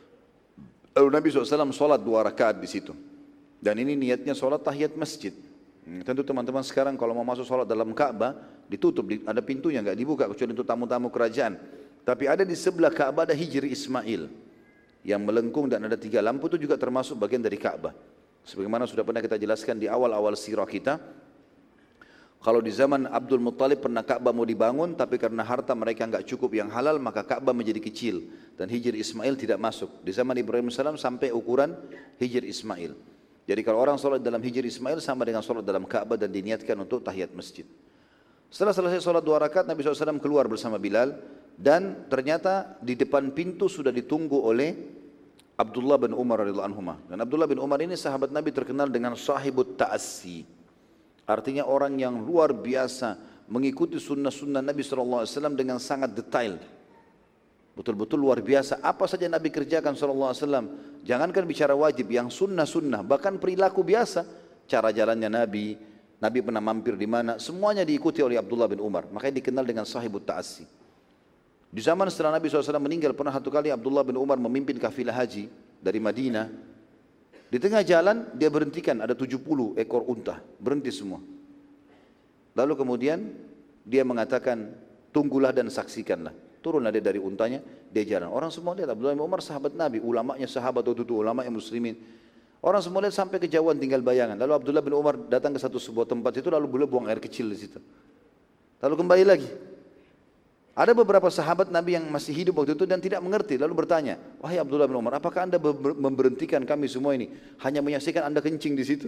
Lalu Nabi shallallahu alaihi wasallam sholat dua rakaat di situ. Dan ini niatnya sholat tahiyat masjid. Hmm, tentu teman-teman sekarang kalau mau masuk sholat dalam Ka'bah, ditutup, ada pintunya, nggak dibuka kecuali untuk tamu-tamu kerajaan. Tapi ada di sebelah Ka'bah ada hijri Ismail yang melengkung, dan ada tiga lampu, itu juga termasuk bagian dari Ka'bah. Sebagaimana sudah pernah kita jelaskan di awal-awal sirah kita. Kalau di zaman Abdul Muttalib pernah Ka'bah mau dibangun, tapi karena harta mereka enggak cukup yang halal, maka Ka'bah menjadi kecil dan hijr Ismail tidak masuk. Di zaman Ibrahim alaihissalam sampai ukuran hijr Ismail. Jadi kalau orang sholat dalam hijr Ismail sama dengan sholat dalam Ka'bah dan diniatkan untuk tahiyat masjid. Setelah selesai sholat dua rakaat, Nabi shallallahu alaihi wasallam keluar bersama Bilal, dan ternyata di depan pintu sudah ditunggu oleh Abdullah bin Umar radhiyallahu anhu. Dan Abdullah bin Umar ini sahabat Nabi terkenal dengan sahibut ta'assi. Artinya orang yang luar biasa mengikuti sunnah-sunnah Nabi shallallahu alaihi wasallam dengan sangat detail. Betul-betul luar biasa. Apa saja Nabi kerjakan shallallahu alaihi wasallam. Jangankan bicara wajib, yang sunnah-sunnah, bahkan perilaku biasa, cara jalannya Nabi, Nabi pernah mampir di mana, semuanya diikuti oleh Abdullah bin Umar. Makanya dikenal dengan sahibut ta'assi. Di zaman setelah Nabi shallallahu alaihi wasallam meninggal, pernah satu kali Abdullah bin Umar memimpin kafilah haji dari Madinah. Di tengah jalan dia berhentikan, ada tujuh puluh ekor unta, berhenti semua. Lalu kemudian dia mengatakan, tunggulah dan saksikanlah. Turunlah dia dari untanya, dia jalan. Orang semua lihat, Abdullah bin Umar sahabat Nabi, ulamanya sahabat waktu itu, ulama yang muslimin. Orang semua lihat sampai kejauhan tinggal bayangan. Lalu Abdullah bin Umar datang ke satu sebuah tempat itu, lalu beliau buang air kecil di situ. Lalu kembali lagi. Ada beberapa sahabat Nabi yang masih hidup waktu itu dan tidak mengerti, lalu bertanya, wahai Abdullah bin Umar, apakah anda memberhentikan kami semua ini hanya menyaksikan anda kencing di situ?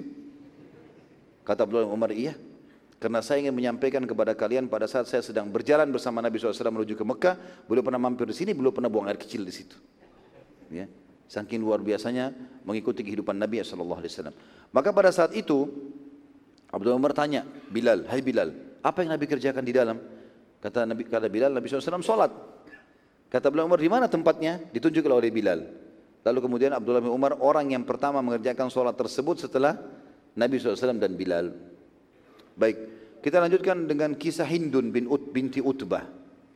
Kata Abdullah bin Umar, iya, karena saya ingin menyampaikan kepada kalian pada saat saya sedang berjalan bersama Nabi shallallahu alaihi wasallam menuju ke Mekah, beliau pernah mampir di sini, beliau pernah buang air kecil di situ. Ya, saking luar biasanya mengikuti kehidupan Nabi shallallahu alaihi wasallam. Maka pada saat itu Abdullah bin Umar tanya Bilal, hai Bilal, apa yang Nabi kerjakan di dalam? Kata Nabi, kata Bilal, Nabi shallallahu alaihi wasallam sholat. Kata Abdullah bin Umar, di mana tempatnya? Ditunjukkan oleh Bilal. Lalu kemudian Abdullah bin Umar orang yang pertama mengerjakan sholat tersebut setelah Nabi shallallahu alaihi wasallam dan Bilal. Baik, kita lanjutkan dengan kisah Hindun bin Ut, binti Utbah.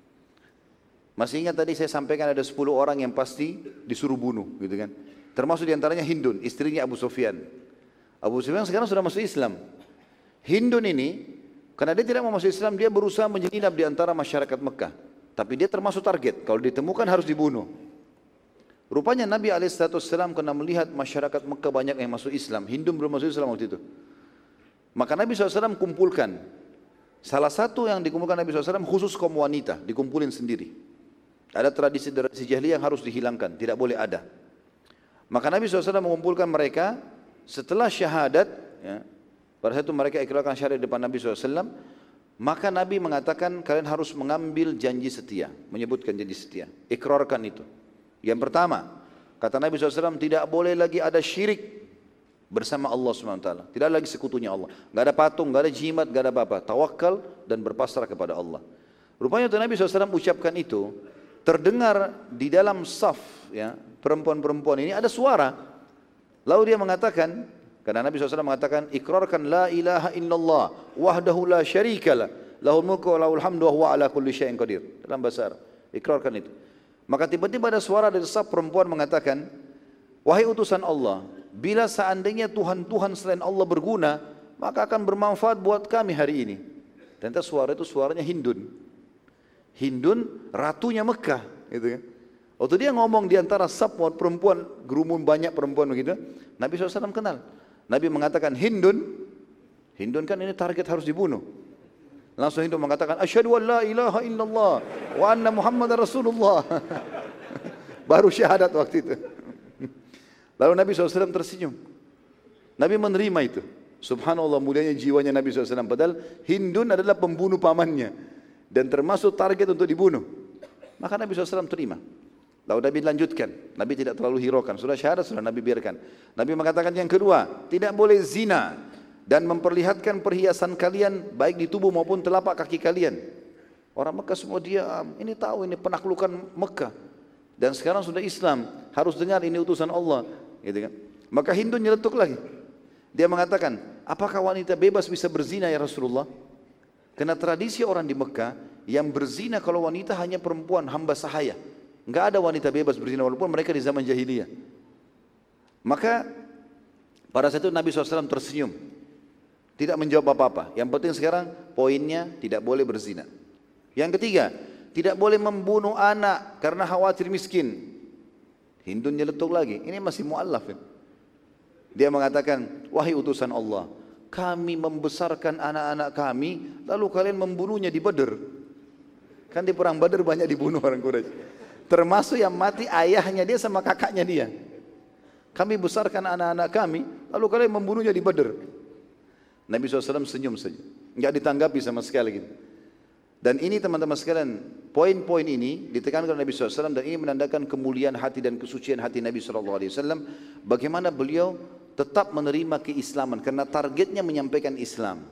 Masih ingat tadi saya sampaikan ada sepuluh orang yang pasti disuruh bunuh, gitu kan? Termasuk diantaranya Hindun, istrinya Abu Sufyan. Abu Sufyan sekarang sudah masuk Islam. Hindun ini Karena dia tidak mau masuk Islam, dia berusaha menyelinap di antara masyarakat Mekah. Tapi dia termasuk target, kalau ditemukan harus dibunuh. Rupanya Nabi shallallahu alaihi wasallam karena melihat masyarakat Mekah banyak yang masuk Islam, Hindun belum masuk Islam waktu itu. Maka Nabi shallallahu alaihi wasallam kumpulkan. Salah satu yang dikumpulkan Nabi shallallahu alaihi wasallam khusus kaum wanita, dikumpulin sendiri. Ada tradisi-tradisi jahiliyah yang harus dihilangkan, tidak boleh ada. Maka Nabi shallallahu alaihi wasallam mengumpulkan mereka setelah syahadat, ya, pada saat itu mereka ikrarkan syahadat di depan Nabi shallallahu alaihi wasallam, maka Nabi mengatakan kalian harus mengambil janji setia, menyebutkan janji setia, ikrarkan itu. Yang pertama, kata Nabi shallallahu alaihi wasallam, tidak boleh lagi ada syirik bersama Allah subhanahu wa taala. Tidak lagi sekutunya Allah. Tidak ada patung, tidak ada jimat, tidak ada apa-apa. Tawakal dan berpasrah kepada Allah. Rupanya itu Nabi shallallahu alaihi wasallam ucapkan itu, terdengar di dalam saf, ya, perempuan-perempuan ini ada suara. Lalu dia mengatakan, karena Nabi shallallahu alaihi wasallam mengatakan, ikrarkan la ilaha illallah, wahdahu la syarikalah, lahul mulku wa lahul hamdu wa huwa ala kulli syai'in qadir. Dalam bahasa Arab, ikrarkan itu. Maka tiba-tiba ada suara dari saf perempuan mengatakan, wahai utusan Allah, bila seandainya Tuhan-Tuhan selain Allah berguna, maka akan bermanfaat buat kami hari ini. Ternyata suara itu suaranya Hindun. Hindun ratunya Mekah, gitu kan. Waktu dia ngomong di antara saf perempuan, gerumun banyak perempuan begitu, Nabi shallallahu alaihi wasallam kenal. Nabi mengatakan Hindun, Hindun kan ini target harus dibunuh. Langsung Hindun mengatakan asyhadu an la ilaha illallah wa anna Muhammadar Rasulullah. Baru syahadat waktu itu. Lalu Nabi shallallahu alaihi wasallam tersenyum. Nabi menerima itu. Subhanallah mulianya jiwanya Nabi shallallahu alaihi wasallam. Padahal Hindun adalah pembunuh pamannya dan termasuk target untuk dibunuh. Maka Nabi shallallahu alaihi wasallam terima. Lalu Nabi lanjutkan. Nabi tidak terlalu hiraukan. Sudah syahadat, sudah Nabi biarkan. Nabi mengatakan yang kedua, tidak boleh zina dan memperlihatkan perhiasan kalian baik di tubuh maupun telapak kaki kalian. Orang Mekah semua diam. Ini tahu ini penaklukan Mekah. Dan sekarang sudah Islam, harus dengar ini utusan Allah, gitu kan. Maka Hindun nyeletuk lagi. Dia mengatakan, apakah wanita bebas bisa berzina ya Rasulullah? Karena tradisi orang di Mekah yang berzina kalau wanita hanya perempuan hamba sahaya. Enggak ada wanita bebas berzina walaupun mereka di zaman jahiliyah. Maka pada saat itu Nabi shallallahu alaihi wasallam tersenyum, tidak menjawab apa-apa. Yang penting sekarang poinnya tidak boleh berzina. Yang ketiga, tidak boleh membunuh anak karena khawatir miskin. Hindun nyeletuk lagi, ini masih mu'allaf. Ya? Dia mengatakan, wahai utusan Allah, kami membesarkan anak-anak kami, lalu kalian membunuhnya di Badr. Kan di perang Badr banyak dibunuh orang Quraisy. Termasuk yang mati ayahnya dia sama kakaknya dia. Kami besarkan anak-anak kami, lalu kalian membunuhnya di Badr. Nabi shallallahu alaihi wasallam senyum saja, enggak ditanggapi sama sekali gitu. Dan ini teman-teman sekalian, poin-poin ini ditekankan oleh Nabi shallallahu alaihi wasallam dan ini menandakan kemuliaan hati dan kesucian hati Nabi shallallahu alaihi wasallam. Bagaimana beliau tetap menerima keislaman karena targetnya menyampaikan Islam.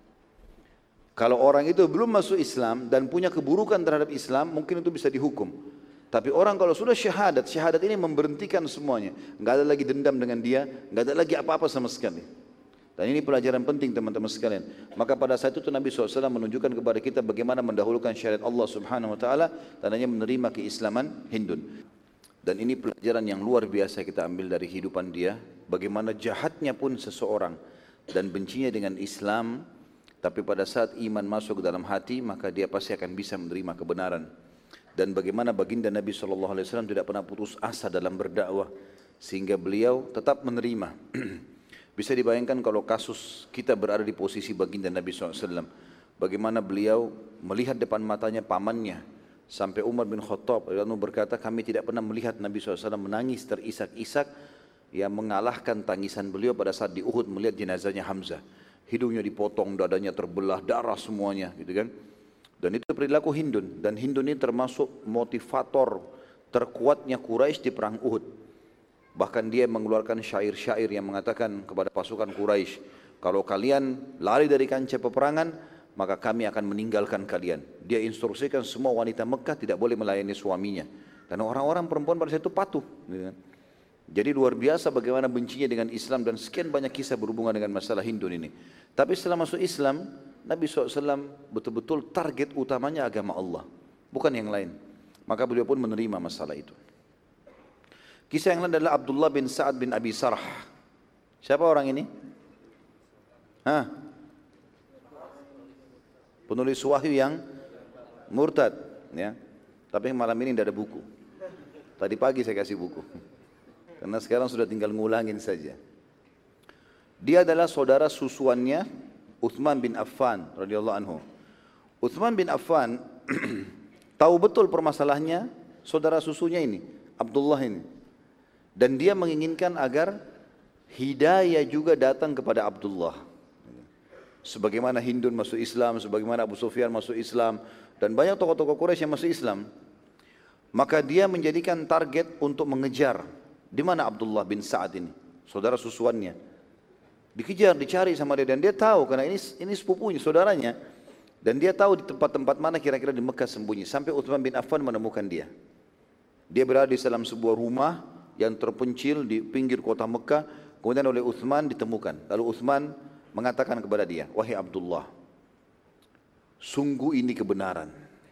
Kalau orang itu belum masuk Islam dan punya keburukan terhadap Islam, mungkin itu bisa dihukum. Tapi orang kalau sudah syahadat, syahadat ini memberhentikan semuanya. Enggak ada lagi dendam dengan dia, enggak ada lagi apa-apa sama sekali. Dan ini pelajaran penting teman-teman sekalian. Maka pada saat itu Nabi shallallahu alaihi wasallam menunjukkan kepada kita bagaimana mendahulukan syariat Allah subhanahu wa ta'ala dan hanya menerima keislaman Hindun. Dan ini pelajaran yang luar biasa kita ambil dari kehidupan dia. Bagaimana jahatnya pun seseorang dan bencinya dengan Islam. Tapi pada saat iman masuk ke dalam hati, maka dia pasti akan bisa menerima kebenaran. Dan bagaimana baginda Nabi shallallahu alaihi wasallam tidak pernah putus asa dalam berdakwah. Sehingga beliau tetap menerima. Bisa dibayangkan kalau kasus kita berada di posisi baginda Nabi shallallahu alaihi wasallam. Bagaimana beliau melihat depan matanya pamannya. Sampai Umar bin Khattab lalu berkata, kami tidak pernah melihat Nabi shallallahu alaihi wasallam menangis terisak-isak. Yang mengalahkan tangisan beliau pada saat di Uhud melihat jenazahnya Hamzah. Hidungnya dipotong, dadanya terbelah, darah semuanya, gitu kan. Dan itu perilaku Hindun. Dan Hindun ini termasuk motivator terkuatnya Quraisy di perang Uhud. Bahkan dia mengeluarkan syair-syair yang mengatakan kepada pasukan Quraisy, kalau kalian lari dari kancah peperangan, maka kami akan meninggalkan kalian. Dia instruksikan semua wanita Mekah tidak boleh melayani suaminya. Dan orang-orang perempuan pada saat itu patuh. Jadi luar biasa bagaimana bencinya dengan Islam dan sekian banyak kisah berhubungan dengan masalah Hindun ini. Tapi setelah masuk Islam, Nabi shallallahu alaihi wasallam betul-betul target utamanya agama Allah, bukan yang lain. Maka beliau pun menerima masalah itu. Kisah yang lain adalah Abdullah bin Sa'ad bin Abi Sarh. Siapa orang ini? Hah? Penulis wahyu yang murtad, ya. Tapi malam ini tidak ada buku. Tadi pagi saya kasih buku. Karena sekarang sudah tinggal ngulangin saja. Dia adalah saudara susuannya Uthman bin Affan radhiyallahu anhu. Uthman bin Affan tahu betul permasalahannya saudara susunya ini, Abdullah ini. Dan dia menginginkan agar hidayah juga datang kepada Abdullah. Sebagaimana Hindun masuk Islam, sebagaimana Abu Sufyan masuk Islam, dan banyak tokoh-tokoh Quraisy yang masuk Islam. Maka dia menjadikan target untuk mengejar di mana Abdullah bin Sa'ad ini, saudara susuannya. Dikejar, dicari sama dia, dan dia tahu karena ini ini sepupunya, saudaranya. Dan dia tahu di tempat-tempat mana kira-kira di Mekah sembunyi. Sampai Uthman bin Affan menemukan dia. Dia berada di dalam sebuah rumah yang terpencil di pinggir kota Mekah. Kemudian oleh Uthman ditemukan. Lalu Uthman mengatakan kepada dia, wahai Abdullah, sungguh ini kebenaran.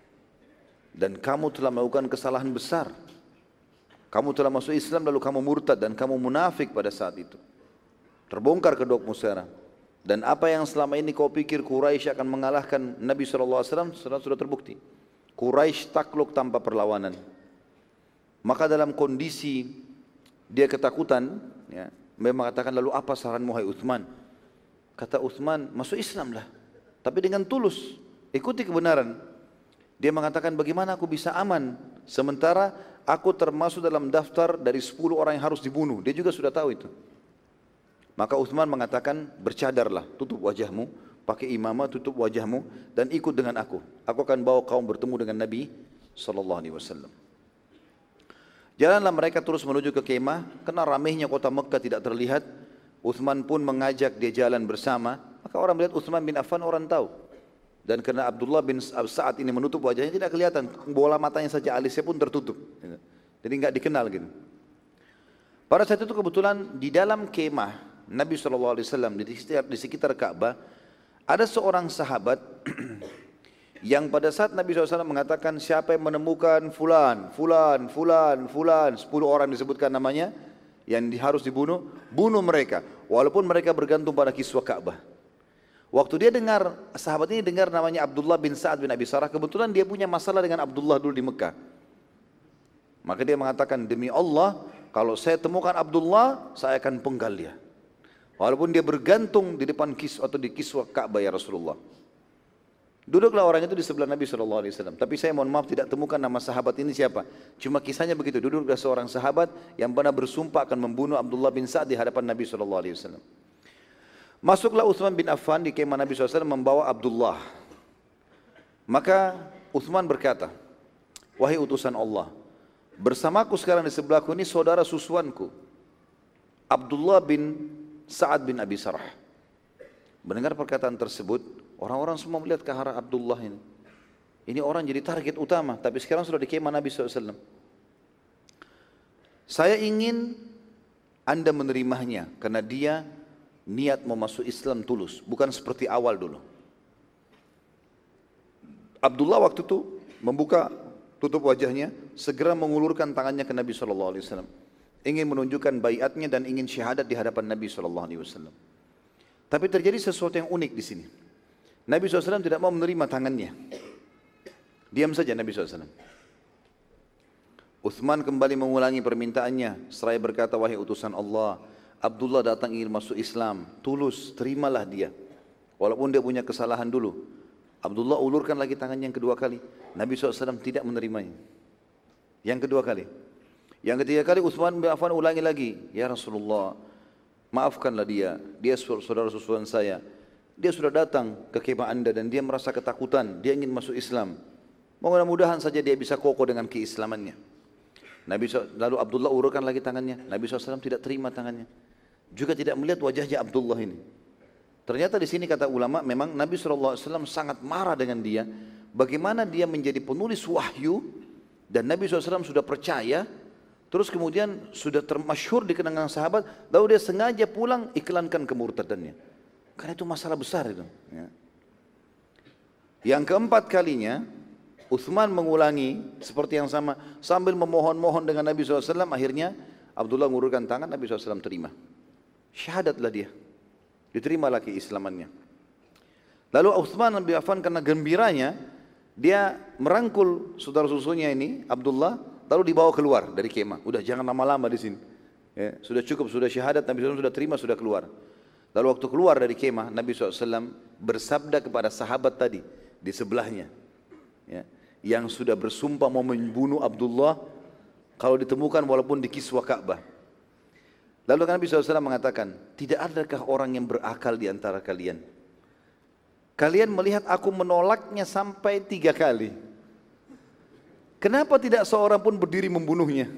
Dan kamu telah melakukan kesalahan besar. Kamu telah masuk Islam lalu kamu murtad dan kamu munafik pada saat itu. Terbongkar kedokmu sekarang. Dan apa yang selama ini kau pikir Quraisy akan mengalahkan Nabi shallallahu alaihi wasallam sudah, sudah terbukti. Quraisy takluk tanpa perlawanan. Maka dalam kondisi dia ketakutan, ya, memang mengatakan, lalu apa saranmu hai Uthman? Kata Uthman, masuk Islam lah. Tapi dengan tulus, ikuti kebenaran. Dia mengatakan, bagaimana aku bisa aman? Sementara aku termasuk dalam daftar dari sepuluh orang yang harus dibunuh. Dia juga sudah tahu itu. Maka Uthman mengatakan, bercadarlah, tutup wajahmu, pakai imamah, tutup wajahmu, dan ikut dengan aku. Aku akan bawa kaum bertemu dengan Nabi sallallahu alaihi wasallam. Jalanlah mereka terus menuju ke kemah, karena ramainya kota Mekah tidak terlihat. Uthman pun mengajak dia jalan bersama. Maka orang melihat Uthman bin Affan, orang tahu. Dan karena Abdullah bin Sa'ad ini menutup wajahnya, tidak kelihatan, bola matanya saja, alisnya pun tertutup. Jadi enggak dikenal gitu. Pada saat itu kebetulan di dalam kemah Nabi shallallahu alaihi wasallam di sekitar, di sekitar Ka'bah ada seorang sahabat yang pada saat Nabi shallallahu alaihi wasallam mengatakan siapa yang menemukan fulan, fulan, fulan, fulan, sepuluh orang disebutkan namanya yang harus dibunuh, bunuh mereka walaupun mereka bergantung pada kiswah Ka'bah. Waktu dia dengar, sahabat ini dengar namanya Abdullah bin Sa'ad bin Abi Sarah, kebetulan dia punya masalah dengan Abdullah dulu di Mekah. Maka dia mengatakan, demi Allah, kalau saya temukan Abdullah, saya akan penggal dia. Walaupun dia bergantung di depan kiswah atau di kiswah Ka'bah ya Rasulullah. Duduklah orang itu di sebelah Nabi shallallahu alaihi wasallam. Tapi saya mohon maaf tidak temukan nama sahabat ini siapa. Cuma kisahnya begitu. Duduklah seorang sahabat yang pernah bersumpah akan membunuh Abdullah bin Sa'ad di hadapan Nabi shallallahu alaihi wasallam. Masuklah Uthman bin Affan di kemah Nabi shallallahu alaihi wasallam membawa Abdullah. Maka Uthman berkata, wahai utusan Allah, bersamaku sekarang di sebelahku ini saudara susuanku, Abdullah bin Sa'ad bin Abi Sarah. Mendengar perkataan tersebut, orang-orang semua melihat ke arah Abdullah ini. Ini orang jadi target utama, tapi sekarang sudah di kemah Nabi shallallahu alaihi wasallam. Saya ingin Anda menerimanya, karena dia niat mau masuk Islam tulus, bukan seperti awal dulu. Abdullah waktu itu membuka, tutup wajahnya, segera mengulurkan tangannya ke Nabi shallallahu alaihi wasallam. Ingin menunjukkan baiatnya dan ingin syahadat di hadapan Nabi shallallahu alaihi wasallam. Tapi terjadi sesuatu yang unik di sini. Nabi shallallahu alaihi wasallam tidak mau menerima tangannya. Diam saja Nabi shallallahu alaihi wasallam. Uthman kembali mengulangi permintaannya. Seraya berkata, wahai utusan Allah, Abdullah datang ingin masuk Islam, tulus, terimalah dia. Walaupun dia punya kesalahan dulu. Abdullah ulurkan lagi tangannya yang kedua kali. Nabi shallallahu alaihi wasallam tidak menerimanya. Yang kedua kali. Yang ketiga kali Uthman bin Affan ulangi lagi. Ya Rasulullah, maafkanlah dia. Dia saudara susuan saya. Dia sudah datang ke kemah Anda dan dia merasa ketakutan. Dia ingin masuk Islam. Mudah-mudahan saja dia bisa kokoh dengan keislamannya. Nabi lalu Abdullah urutkan lagi tangannya. Nabi shallallahu alaihi wasallam tidak terima tangannya. Juga tidak melihat wajahnya Abdullah ini. Ternyata di sini kata ulama, memang Nabi shallallahu alaihi wasallam sangat marah dengan dia. Bagaimana dia menjadi penulis wahyu dan Nabi shallallahu alaihi wasallam sudah percaya. Terus kemudian sudah termasyhur di kenangan sahabat, lalu dia sengaja pulang iklankan kemurtadannya. Karena itu masalah besar itu. Ya. Yang keempat kalinya, Uthman mengulangi seperti yang sama, sambil memohon-mohon dengan Nabi shallallahu alaihi wasallam, akhirnya Abdullah mengulurkan tangan, Nabi shallallahu alaihi wasallam terima. Syahadatlah dia, diterimalah keislamannya. Lalu Utsman bin Affan karena gembiranya, dia merangkul saudara susunya ini, Abdullah, lalu dibawa keluar dari kemah. Udah jangan lama-lama di sini. Ya, sudah cukup, sudah syahadat, Nabi shallallahu alaihi wasallam sudah terima, sudah keluar. Lalu waktu keluar dari kemah, Nabi shallallahu alaihi wasallam bersabda kepada sahabat tadi di sebelahnya, ya, yang sudah bersumpah mau membunuh Abdullah kalau ditemukan walaupun di kiswah Ka'bah. Lalu Nabi shallallahu alaihi wasallam mengatakan, tidak adakah orang yang berakal di antara kalian? Kalian melihat aku menolaknya sampai tiga kali. Kenapa tidak seorang pun berdiri membunuhnya?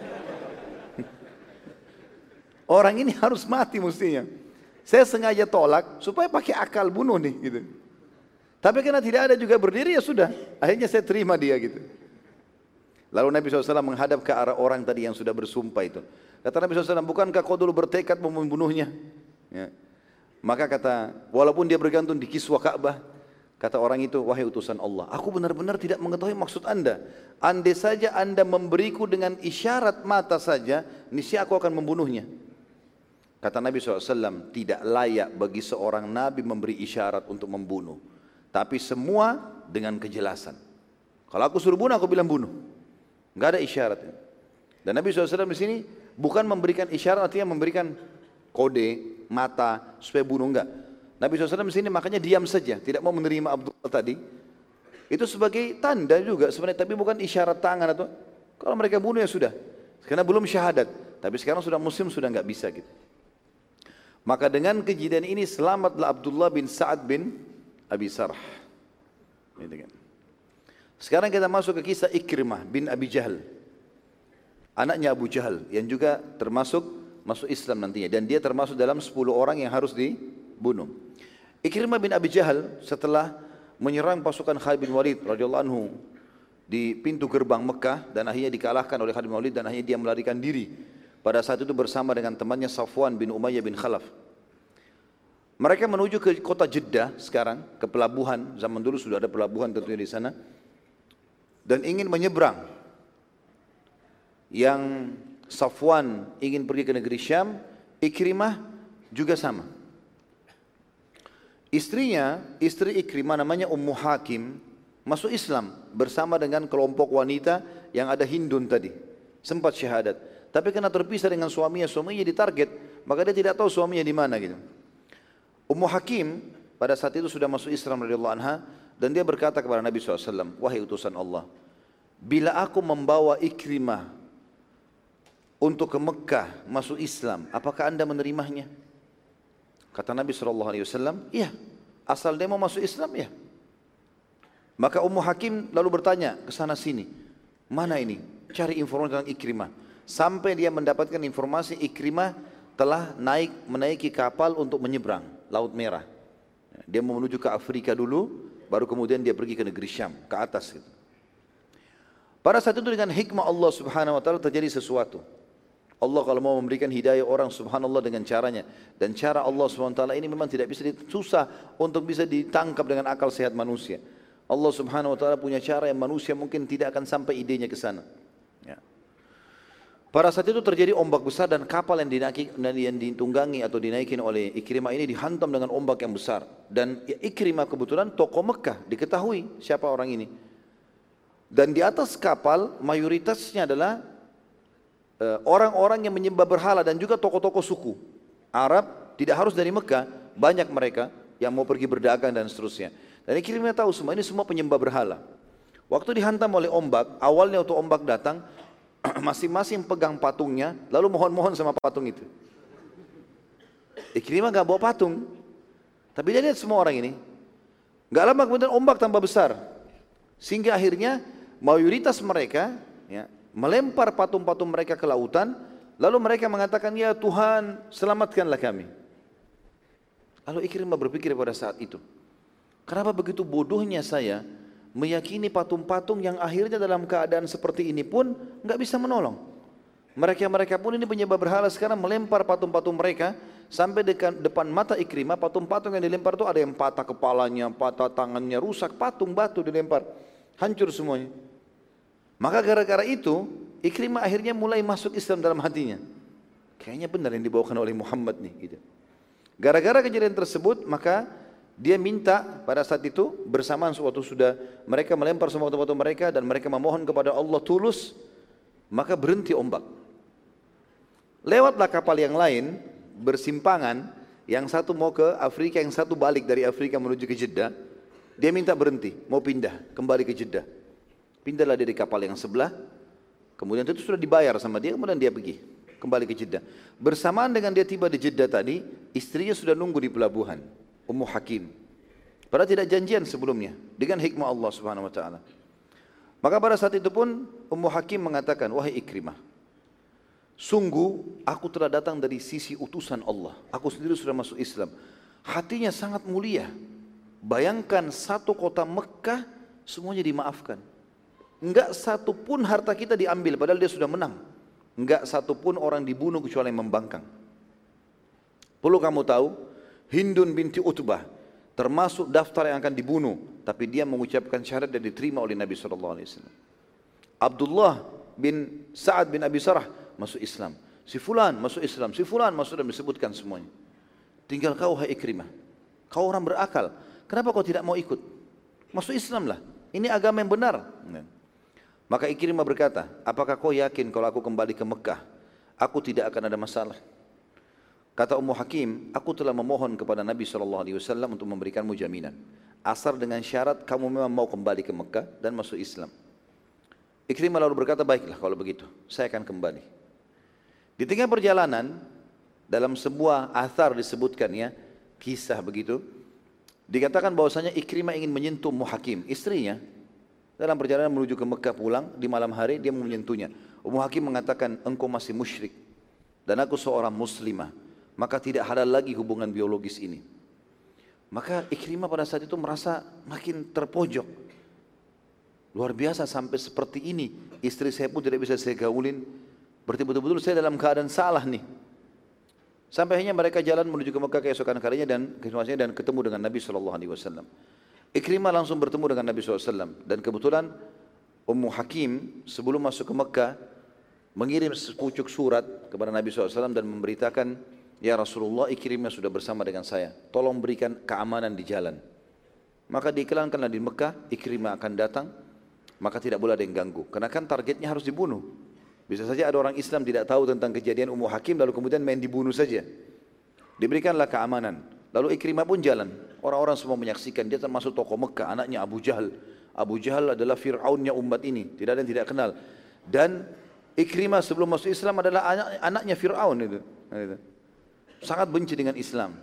Orang ini harus mati mestinya. Saya sengaja tolak supaya pakai akal bunuh nih gitu. Tapi karena tidak ada juga berdiri, ya sudah. Akhirnya saya terima dia gitu. Lalu Nabi shallallahu alaihi wasallam menghadap ke arah orang tadi yang sudah bersumpah itu. Kata Nabi shallallahu alaihi wasallam, bukankah kau dulu bertekad mau membunuhnya? Ya. Maka kata, walaupun dia bergantung di kiswah Ka'bah, kata orang itu, wahai utusan Allah, aku benar-benar tidak mengetahui maksud anda. Andai saja anda memberiku dengan isyarat mata saja, niscaya aku akan membunuhnya. Kata Nabi shallallahu alaihi wasallam, tidak layak bagi seorang Nabi memberi isyarat untuk membunuh. Tapi semua dengan kejelasan. Kalau aku suruh bunuh, aku bilang bunuh. Enggak ada isyarat. Dan Nabi shallallahu alaihi wasallam di sini bukan memberikan isyarat, artinya memberikan kode, mata, supaya bunuh, enggak. Nabi shallallahu alaihi wasallam di sini makanya diam saja, tidak mau menerima Abdullah tadi. Itu sebagai tanda juga sebenarnya, tapi bukan isyarat tangan atau kalau mereka bunuh ya sudah. Karena belum syahadat, tapi sekarang sudah muslim, sudah enggak bisa gitu. Maka dengan kejadian ini selamatlah Abdullah bin Sa'ad bin Abi Sarh. Sekarang kita masuk ke kisah Ikrimah bin Abi Jahal, anaknya Abu Jahal yang juga termasuk masuk Islam nantinya, dan dia termasuk dalam sepuluh orang yang harus dibunuh. Ikrimah bin Abi Jahal setelah menyerang pasukan Khalid bin Walid radhiyallahu anhu di pintu gerbang Mekah dan akhirnya dikalahkan oleh Khalid bin Walid dan akhirnya dia melarikan diri. Pada saat itu bersama dengan temannya Safwan bin Umayyah bin Khalaf. Mereka menuju ke kota Jeddah sekarang, ke pelabuhan. Zaman dulu sudah ada pelabuhan tentunya di sana. Dan ingin menyeberang. Yang Safwan ingin pergi ke negeri Syam, Ikrimah juga sama. Istrinya, istri Ikrimah namanya Ummu Hakim, masuk Islam bersama dengan kelompok wanita yang ada Hindun tadi. Sempat syahadat. Tapi karena terpisah dengan suaminya, suaminya ditarget, maka dia tidak tahu suaminya di mana gitu. Ummu Hakim pada saat itu sudah masuk Islam radhiyallahu anha dan dia berkata kepada Nabi shallallahu alaihi wasallam, wahai utusan Allah, bila aku membawa Ikrimah untuk ke Mekah masuk Islam, apakah anda menerimanya? Kata Nabi shallallahu alaihi wasallam, iya, asal dia mau masuk Islam ya. Maka Ummu Hakim lalu bertanya ke sana sini, mana ini? Cari informasi tentang Ikrimah. Sampai dia mendapatkan informasi Ikrimah telah naik menaiki kapal untuk menyeberang Laut Merah. Dia mau menuju ke Afrika dulu, baru kemudian dia pergi ke negeri Syam, ke atas gitu. Pada saat itu dengan hikmah Allah subhanahu wa ta'ala terjadi sesuatu. Allah kalau mau memberikan hidayah orang subhanallah dengan caranya. Dan cara Allah subhanahu wa ta'ala ini memang tidak bisa susah untuk bisa ditangkap dengan akal sehat manusia. Allah subhanahu wa ta'ala punya cara yang manusia mungkin tidak akan sampai idenya ke sana. Ya. Pada saat itu terjadi ombak besar dan kapal yang, dinaiki, yang ditunggangi atau dinaikin oleh Ikrimah ini dihantam dengan ombak yang besar. Dan Ikrimah kebetulan tokoh Mekah, diketahui siapa orang ini. Dan di atas kapal mayoritasnya adalah orang-orang uh, yang menyembah berhala dan juga tokoh-tokoh suku Arab, tidak harus dari Mekah, banyak mereka yang mau pergi berdagang dan seterusnya. Dan Ikrimah tahu semua ini semua penyembah berhala. Waktu dihantam oleh ombak, awalnya waktu ombak datang, masing-masing pegang patungnya, lalu mohon-mohon sama patung itu. Ikrimah gak bawa patung, tapi dia lihat semua orang ini. Gak lama kemudian ombak tambah besar, sehingga akhirnya mayoritas mereka ya, melempar patung-patung mereka ke lautan, lalu mereka mengatakan, ya Tuhan selamatkanlah kami. Lalu Ikrimah berpikir pada saat itu, kenapa begitu bodohnya saya meyakini patung-patung yang akhirnya dalam keadaan seperti ini pun nggak bisa menolong. Mereka-mereka pun ini penyembah berhala sekarang melempar patung-patung mereka sampai dekat depan mata Ikrimah. Patung-patung yang dilempar itu ada yang patah kepalanya, patah tangannya, rusak, patung batu dilempar, hancur semuanya. Maka gara-gara itu Ikrimah akhirnya mulai masuk Islam dalam hatinya. Kayaknya benar yang dibawakan oleh Muhammad nih gitu. Gara-gara kejadian tersebut maka Dia minta pada saat itu bersamaan suatu sudah mereka melempar semua batu-batu mereka dan mereka memohon kepada Allah tulus, maka berhenti ombak. Lewatlah kapal yang lain bersimpangan, yang satu mau ke Afrika, yang satu balik dari Afrika menuju ke Jeddah. Dia minta berhenti, mau pindah kembali ke Jeddah. Pindahlah dia di kapal yang sebelah, kemudian itu sudah dibayar sama dia, kemudian dia pergi kembali ke Jeddah. Bersamaan dengan dia tiba di Jeddah tadi, istrinya sudah nunggu di pelabuhan, Ummu Hakim. Padahal tidak janjian sebelumnya, dengan hikmah Allah Subhanahu Wa Taala. Maka pada saat itu pun Ummu Hakim mengatakan, wahai Ikrimah, sungguh aku telah datang dari sisi utusan Allah. Aku sendiri sudah masuk Islam. Hatinya sangat mulia. Bayangkan satu kota Mekah semuanya dimaafkan. Enggak satu pun harta kita diambil padahal dia sudah menang. Enggak satu pun orang dibunuh kecuali yang membangkang. Perlu kamu tahu, Hindun binti Utbah termasuk daftar yang akan dibunuh, tapi dia mengucapkan syahadat dan diterima oleh Nabi shallallahu alaihi wasallam. Abdullah bin Sa'ad bin Abi Sarah masuk Islam. Si fulan masuk Islam, si fulan masuk, dan disebutkan semuanya. Tinggal kau, hai Ikrimah. Kau orang berakal. Kenapa kau tidak mau ikut? Masuk Islam lah. Ini agama yang benar. Maka Ikrimah berkata, apakah kau yakin kalau aku kembali ke Mekah, aku tidak akan ada masalah? Kata Ummu Hakim, aku telah memohon kepada Nabi shallallahu alaihi wasallam untuk memberikanmu jaminan. Asal dengan syarat kamu memang mau kembali ke Mekah dan masuk Islam. Ikrimah lalu berkata, baiklah kalau begitu, saya akan kembali. Di tengah perjalanan, dalam sebuah athar disebutkan ya, kisah begitu, dikatakan bahwasanya Ikrimah ingin menyentuh Ummu Hakim, istrinya. Dalam perjalanan menuju ke Mekah pulang, di malam hari dia menyentuhnya. Ummu Hakim mengatakan, engkau masih musyrik dan aku seorang muslimah, maka tidak halal lagi hubungan biologis ini. Maka Ikrimah pada saat itu merasa makin terpojok. Luar biasa, sampai seperti ini istri saya pun tidak bisa saya gaulin. Berarti betul-betul saya dalam keadaan salah nih. Sampai akhirnya mereka jalan menuju ke Mekah keesokan harinya dan dan ketemu dengan Nabi shallallahu alaihi wasallam. Ikrimah langsung bertemu dengan Nabi shallallahu alaihi wasallam, dan kebetulan Ummu Hakim sebelum masuk ke Mekah mengirim sepucuk surat kepada Nabi shallallahu alaihi wasallam dan memberitakan, ya Rasulullah, Ikrimah sudah bersama dengan saya, tolong berikan keamanan di jalan. Maka diiklankanlah di Mekah, Ikrimah akan datang, maka tidak boleh ada yang ganggu, karena kan targetnya harus dibunuh. Bisa saja ada orang Islam tidak tahu tentang kejadian Ummu Hakim lalu kemudian main dibunuh saja. Diberikanlah keamanan. Lalu Ikrimah pun jalan. Orang-orang semua menyaksikan, dia termasuk tokoh Mekah, anaknya Abu Jahal. Abu Jahal adalah Fir'aunnya umat ini, tidak ada yang tidak kenal. Dan Ikrimah sebelum masuk Islam adalah anak, anaknya Fir'aun itu. Sangat benci dengan Islam.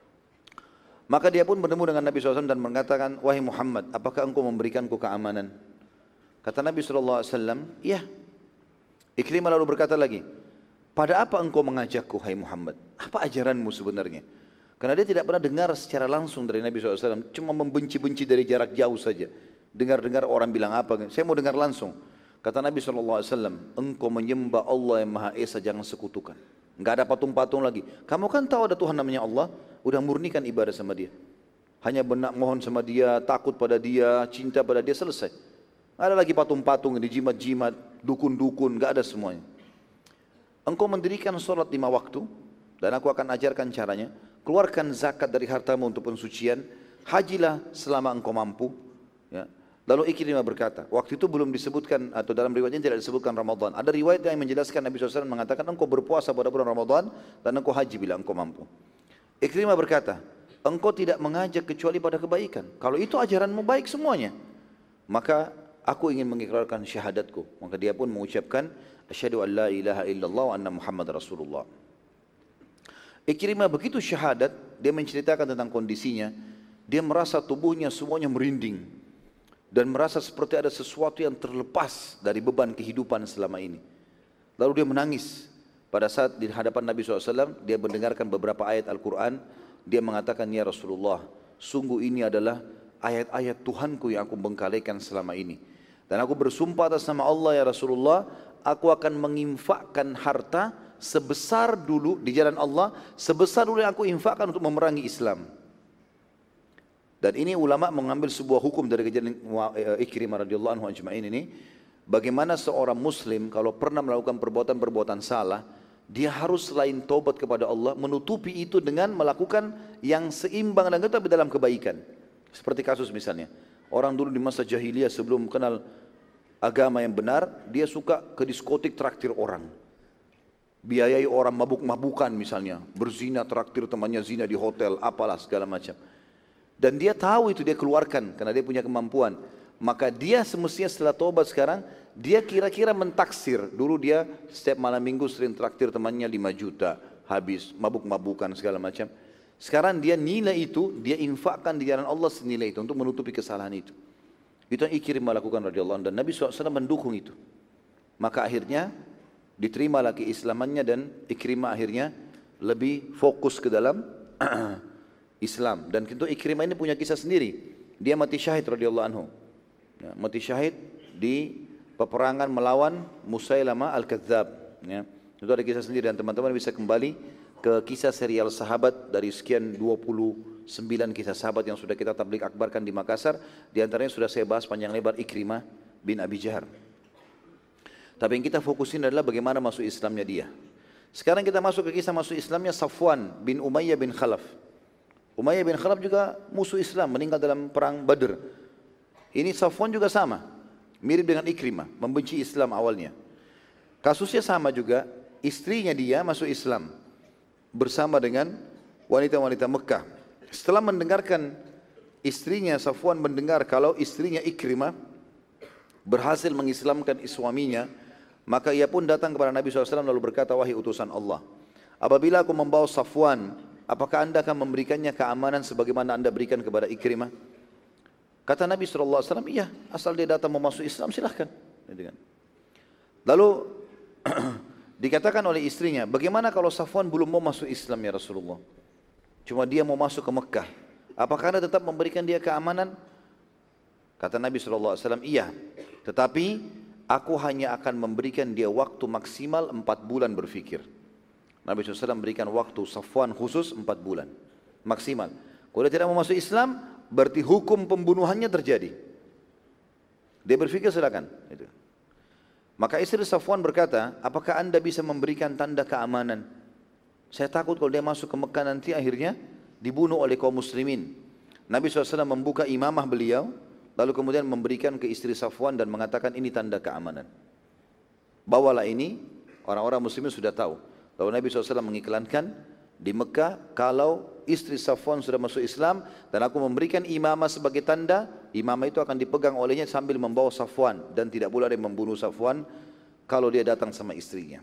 Maka dia pun bertemu dengan Nabi shallallahu alaihi wasallam dan mengatakan, wahai Muhammad, apakah engkau memberikanku keamanan? Kata Nabi shallallahu alaihi wasallam, iya. Ikrimah lalu berkata lagi, pada apa engkau mengajakku, hai Muhammad? Apa ajaranmu sebenarnya? Karena dia tidak pernah dengar secara langsung dari Nabi shallallahu alaihi wasallam, cuma membenci-benci dari jarak jauh saja. Dengar-dengar orang bilang apa, saya mau dengar langsung. Kata Nabi shallallahu alaihi wasallam, engkau menyembah Allah yang Maha Esa, jangan sekutukan. Enggak ada patung-patung lagi. Kamu kan tahu ada Tuhan namanya Allah, udah murnikan ibadah sama dia. Hanya benak mohon sama dia, takut pada dia, cinta pada dia, selesai. Nggak ada lagi patung-patung, dijimat-jimat, dukun-dukun, nggak ada semuanya. Engkau mendirikan sholat lima waktu, dan aku akan ajarkan caranya. Keluarkan zakat dari hartamu untuk pensucian, hajilah selama engkau mampu. Ya. Lalu Ikrimah berkata, waktu itu belum disebutkan, atau dalam riwayatnya tidak disebutkan Ramadan. Ada riwayat yang menjelaskan Nabi shallallahu alaihi wasallam mengatakan, engkau berpuasa pada bulan Ramadan, dan engkau haji bila engkau mampu. Ikrimah berkata, engkau tidak mengajak kecuali pada kebaikan. Kalau itu ajaranmu baik semuanya, maka aku ingin mengikrarkan syahadatku. Maka dia pun mengucapkan, asyhadu an la ilaha illallah wa anna Muhammad Rasulullah. Ikrimah begitu syahadat, dia menceritakan tentang kondisinya. Dia merasa tubuhnya semuanya merinding, dan merasa seperti ada sesuatu yang terlepas dari beban kehidupan selama ini. Lalu dia menangis. Pada saat di hadapan Nabi shallallahu alaihi wasallam, dia mendengarkan beberapa ayat Al-Quran. Dia mengatakan, ya Rasulullah, sungguh ini adalah ayat-ayat Tuhanku yang aku bengkalikan selama ini. Dan aku bersumpah atas nama Allah, ya Rasulullah, aku akan menginfakkan harta sebesar dulu di jalan Allah, sebesar dulu yang aku infakkan untuk memerangi Islam. Dan ini ulama mengambil sebuah hukum dari kejadian Ikrimah radhiyallahu anhu ajma'in ini, bagaimana seorang muslim kalau pernah melakukan perbuatan-perbuatan salah, dia harus selain taubat kepada Allah, menutupi itu dengan melakukan yang seimbang dan tetap dalam kebaikan. Seperti kasus misalnya, orang dulu di masa jahiliyah sebelum kenal agama yang benar, dia suka ke diskotik traktir orang. Biayai orang mabuk-mabukan misalnya, berzina traktir temannya zina di hotel, apalah segala macam. Dan dia tahu itu dia keluarkan karena dia punya kemampuan. Maka dia semestinya setelah tobat sekarang, dia kira-kira mentaksir. Dulu dia setiap malam minggu sering traktir temannya lima juta, habis, mabuk-mabukan segala macam. Sekarang dia nilai itu, dia infakkan di jalan Allah senilai itu untuk menutupi kesalahan itu. Itu yang Ikrimah lakukan radhiyallahu anhu, dan Nabi shallallahu alaihi wasallam mendukung itu. Maka akhirnya diterima lagi Islamannya dan Ikrimah akhirnya lebih fokus ke dalam Islam. Dan tentu Ikrimah ini punya kisah sendiri. Dia mati syahid radhiyallahu anhu. Ya, mati syahid di peperangan melawan Musailamah Al-Kadzab. Ya, itu ada kisah sendiri dan teman-teman bisa kembali ke kisah serial sahabat dari sekian dua puluh sembilan kisah sahabat yang sudah kita tabligh akbarkan di Makassar. Di antaranya sudah saya bahas panjang lebar Ikrimah bin Abi Jahar. Tapi yang kita fokusin adalah bagaimana masuk Islamnya dia. Sekarang kita masuk ke kisah masuk Islamnya Safwan bin Umayyah bin Khalaf. Umayyah bin Khalaf juga musuh Islam, meninggal dalam perang Badr. Ini Safwan juga sama, mirip dengan Ikrimah, membenci Islam awalnya. Kasusnya sama juga, istrinya dia masuk Islam bersama dengan wanita-wanita Mekah. Setelah mendengarkan istrinya, Safwan mendengar kalau istrinya Ikrimah berhasil mengislamkan suaminya, maka ia pun datang kepada Nabi shallallahu alaihi wasallam lalu berkata, wahai utusan Allah, apabila aku membawa Safwan, apakah anda akan memberikannya keamanan sebagaimana anda berikan kepada Ikrimah? Kata Nabi shallallahu alaihi wasallam, iya, asal dia datang mau masuk Islam silahkan. Lalu dikatakan oleh istrinya, bagaimana kalau Safwan belum mau masuk Islam ya Rasulullah? Cuma dia mau masuk ke Mekah, apakah anda tetap memberikan dia keamanan? Kata Nabi shallallahu alaihi wasallam, iya, tetapi aku hanya akan memberikan dia waktu maksimal empat bulan berfikir. Nabi shallallahu alaihi wasallam berikan waktu Safwan khusus empat bulan maksimal. Kalau dia tidak mau masuk Islam, berarti hukum pembunuhannya terjadi. Dia berfikir silakan. Itu. Maka istri Safwan berkata, apakah anda bisa memberikan tanda keamanan? Saya takut kalau dia masuk ke Mekah nanti akhirnya dibunuh oleh kaum muslimin. Nabi shallallahu alaihi wasallam membuka imamah beliau, lalu kemudian memberikan ke istri Safwan dan mengatakan ini tanda keamanan. Bawalah ini, orang-orang muslimin sudah tahu. Lalu Nabi shallallahu alaihi wasallam mengiklankan di Mekah, kalau istri Safwan sudah masuk Islam dan aku memberikan imamah sebagai tanda, imamah itu akan dipegang olehnya sambil membawa Safwan dan tidak boleh ada yang membunuh Safwan kalau dia datang sama istrinya.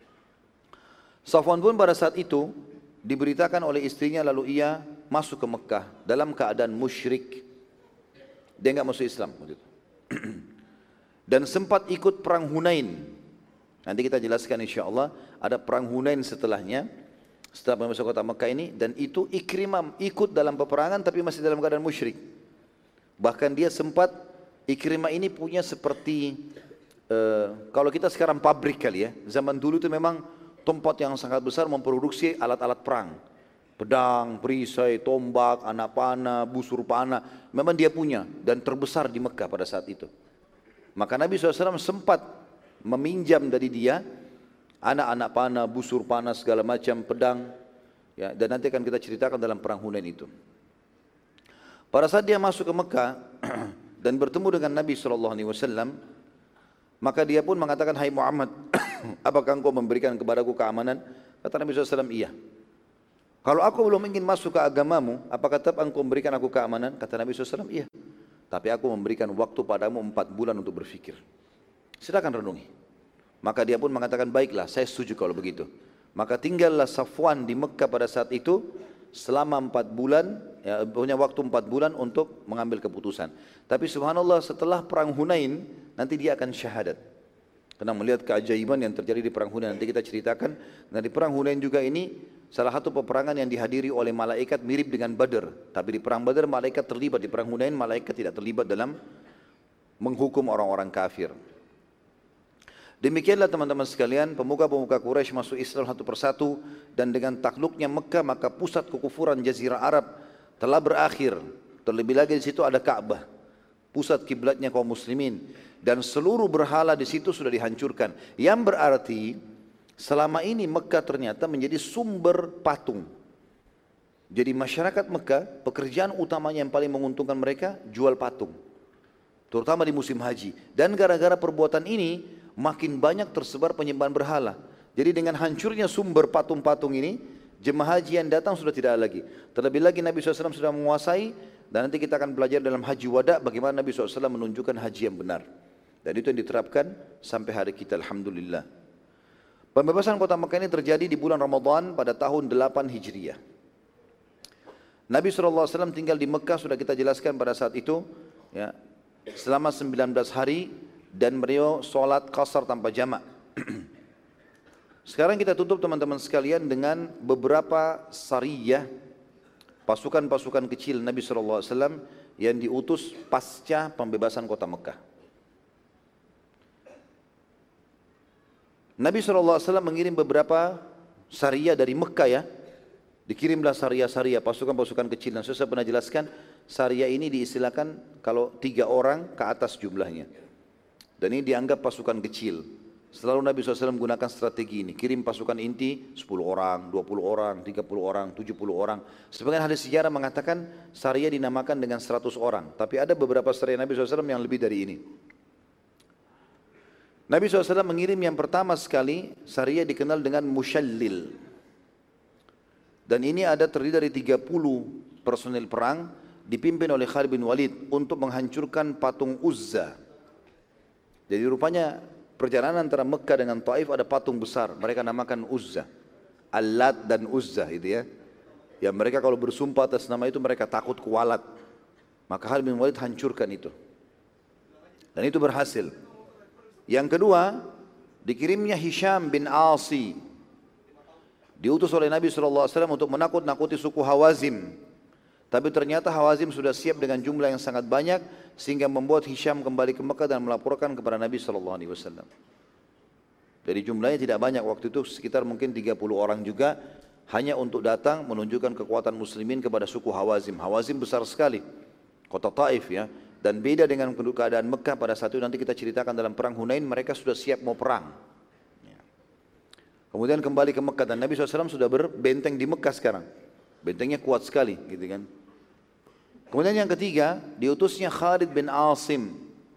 Safwan pun pada saat itu diberitakan oleh istrinya, lalu ia masuk ke Mekah dalam keadaan musyrik. Dia enggak masuk Islam dan sempat ikut perang Hunain. Nanti kita jelaskan insya Allah, ada perang Hunain setelahnya, setelah masuk kota Mekah ini, dan itu Ikrimah ikut dalam peperangan tapi masih dalam keadaan musyrik. Bahkan dia sempat, Ikrimah ini punya seperti, uh, kalau kita sekarang pabrik kali ya, zaman dulu itu memang tempat yang sangat besar memproduksi alat-alat perang. Pedang, perisai, tombak, anak panah, busur panah, memang dia punya dan terbesar di Mekah pada saat itu. Maka Nabi shallallahu alaihi wasallam sempat meminjam dari dia anak-anak panah, busur panah, segala macam, pedang, ya, dan nanti akan kita ceritakan dalam perang Hunain itu. Pada saat dia masuk ke Mekah dan bertemu dengan Nabi shallallahu alaihi wasallam, maka dia pun mengatakan, hai Muhammad, apakah engkau memberikan kepadaku keamanan? Kata Nabi shallallahu alaihi wasallam, iya. Kalau aku belum ingin masuk ke agamamu, apakah tetap engkau memberikan aku keamanan? Kata Nabi shallallahu alaihi wasallam, iya. Tapi aku memberikan waktu padamu empat bulan untuk berfikir. Silakan renungi. Maka dia pun mengatakan, baiklah, saya setuju kalau begitu. Maka tinggallah Safwan di Mekah pada saat itu selama empat bulan, ya, punya waktu empat bulan untuk mengambil keputusan. Tapi subhanallah, setelah perang Hunain nanti dia akan syahadat. Karena melihat keajaiban yang terjadi di perang Hunain, nanti kita ceritakan. Nah, di perang Hunain juga ini salah satu peperangan yang dihadiri oleh malaikat mirip dengan Badr. Tapi di perang Badr malaikat terlibat, di perang Hunain malaikat tidak terlibat dalam menghukum orang-orang kafir. Demikianlah teman-teman sekalian, pemuka-pemuka Quraisy masuk Islam satu persatu, dan dengan takluknya Mekah maka pusat kekufuran Jazirah Arab telah berakhir. Terlebih lagi di situ ada Ka'bah, pusat kiblatnya kaum muslimin, dan seluruh berhala di situ sudah dihancurkan. Yang berarti Selama ini Mekah ternyata menjadi sumber patung. Jadi masyarakat Mekah, pekerjaan utamanya yang paling menguntungkan mereka, jual patung. Terutama di musim haji. Dan gara-gara perbuatan ini, makin banyak tersebar penyembahan berhala. Jadi dengan hancurnya sumber patung-patung ini, jemaah haji yang datang sudah tidak ada lagi. Terlebih lagi Nabi shallallahu alaihi wasallam sudah menguasai, dan nanti kita akan belajar dalam haji wada bagaimana Nabi shallallahu alaihi wasallam menunjukkan haji yang benar. Dan itu yang diterapkan sampai hari kita, alhamdulillah. Pembebasan kota Mekah ini terjadi di bulan Ramadan pada tahun delapan Hijriah. Nabi shallallahu alaihi wasallam tinggal di Mekah, sudah kita jelaskan pada saat itu, ya, selama sembilan belas hari, dan beliau sholat qasar tanpa jamak. Sekarang kita tutup teman-teman sekalian dengan beberapa sariyah, pasukan-pasukan kecil Nabi shallallahu alaihi wasallam yang diutus pasca pembebasan kota Mekah. Nabi shallallahu alaihi wasallam mengirim beberapa sariyah dari Mekah, ya. Dikirimlah sariyah-sariyah, pasukan-pasukan kecil. Dan saya pernah jelaskan, sariyah ini diistilahkan kalau tiga orang ke atas jumlahnya. Dan ini dianggap pasukan kecil. Selalu Nabi shallallahu alaihi wasallam gunakan strategi ini. Kirim pasukan inti sepuluh orang, dua puluh orang, tiga puluh orang, tujuh puluh orang. Sebagian hadis sejarah mengatakan sariyah dinamakan dengan seratus orang. Tapi ada beberapa sariyah Nabi shallallahu alaihi wasallam yang lebih dari ini. Nabi shallallahu alaihi wasallam mengirim yang pertama sekali, sariyah dikenal dengan Mushallil. Dan ini ada terdiri dari tiga puluh personil perang dipimpin oleh Khalid bin Walid untuk menghancurkan patung Uzza. Jadi rupanya perjalanan antara Mekah dengan Taif ada patung besar, mereka namakan Uzza, Al-Lat dan Uzza itu ya. Ya mereka kalau bersumpah atas nama itu mereka takut kualat. Maka Khalid bin Walid hancurkan itu. Dan itu berhasil. Yang kedua, dikirimnya Hisham bin Asi. Diutus oleh Nabi shallallahu alaihi wasallam untuk menakut-nakuti suku Hawazim. Tapi ternyata Hawazim sudah siap dengan jumlah yang sangat banyak, sehingga membuat Hisham kembali ke Mekah dan melaporkan kepada Nabi shallallahu alaihi wasallam. Jadi jumlahnya tidak banyak waktu itu, sekitar mungkin tiga puluh orang juga, hanya untuk datang menunjukkan kekuatan muslimin kepada suku Hawazim. Hawazim besar sekali, kota Taif ya. Dan beda dengan keadaan Mekah pada saat itu, nanti kita ceritakan dalam perang Hunain, mereka sudah siap mau perang. Kemudian kembali ke Mekah, dan Nabi shallallahu alaihi wasallam sudah berbenteng di Mekah sekarang. Bentengnya kuat sekali gitu kan. Kemudian yang ketiga, diutusnya Khalid bin Asim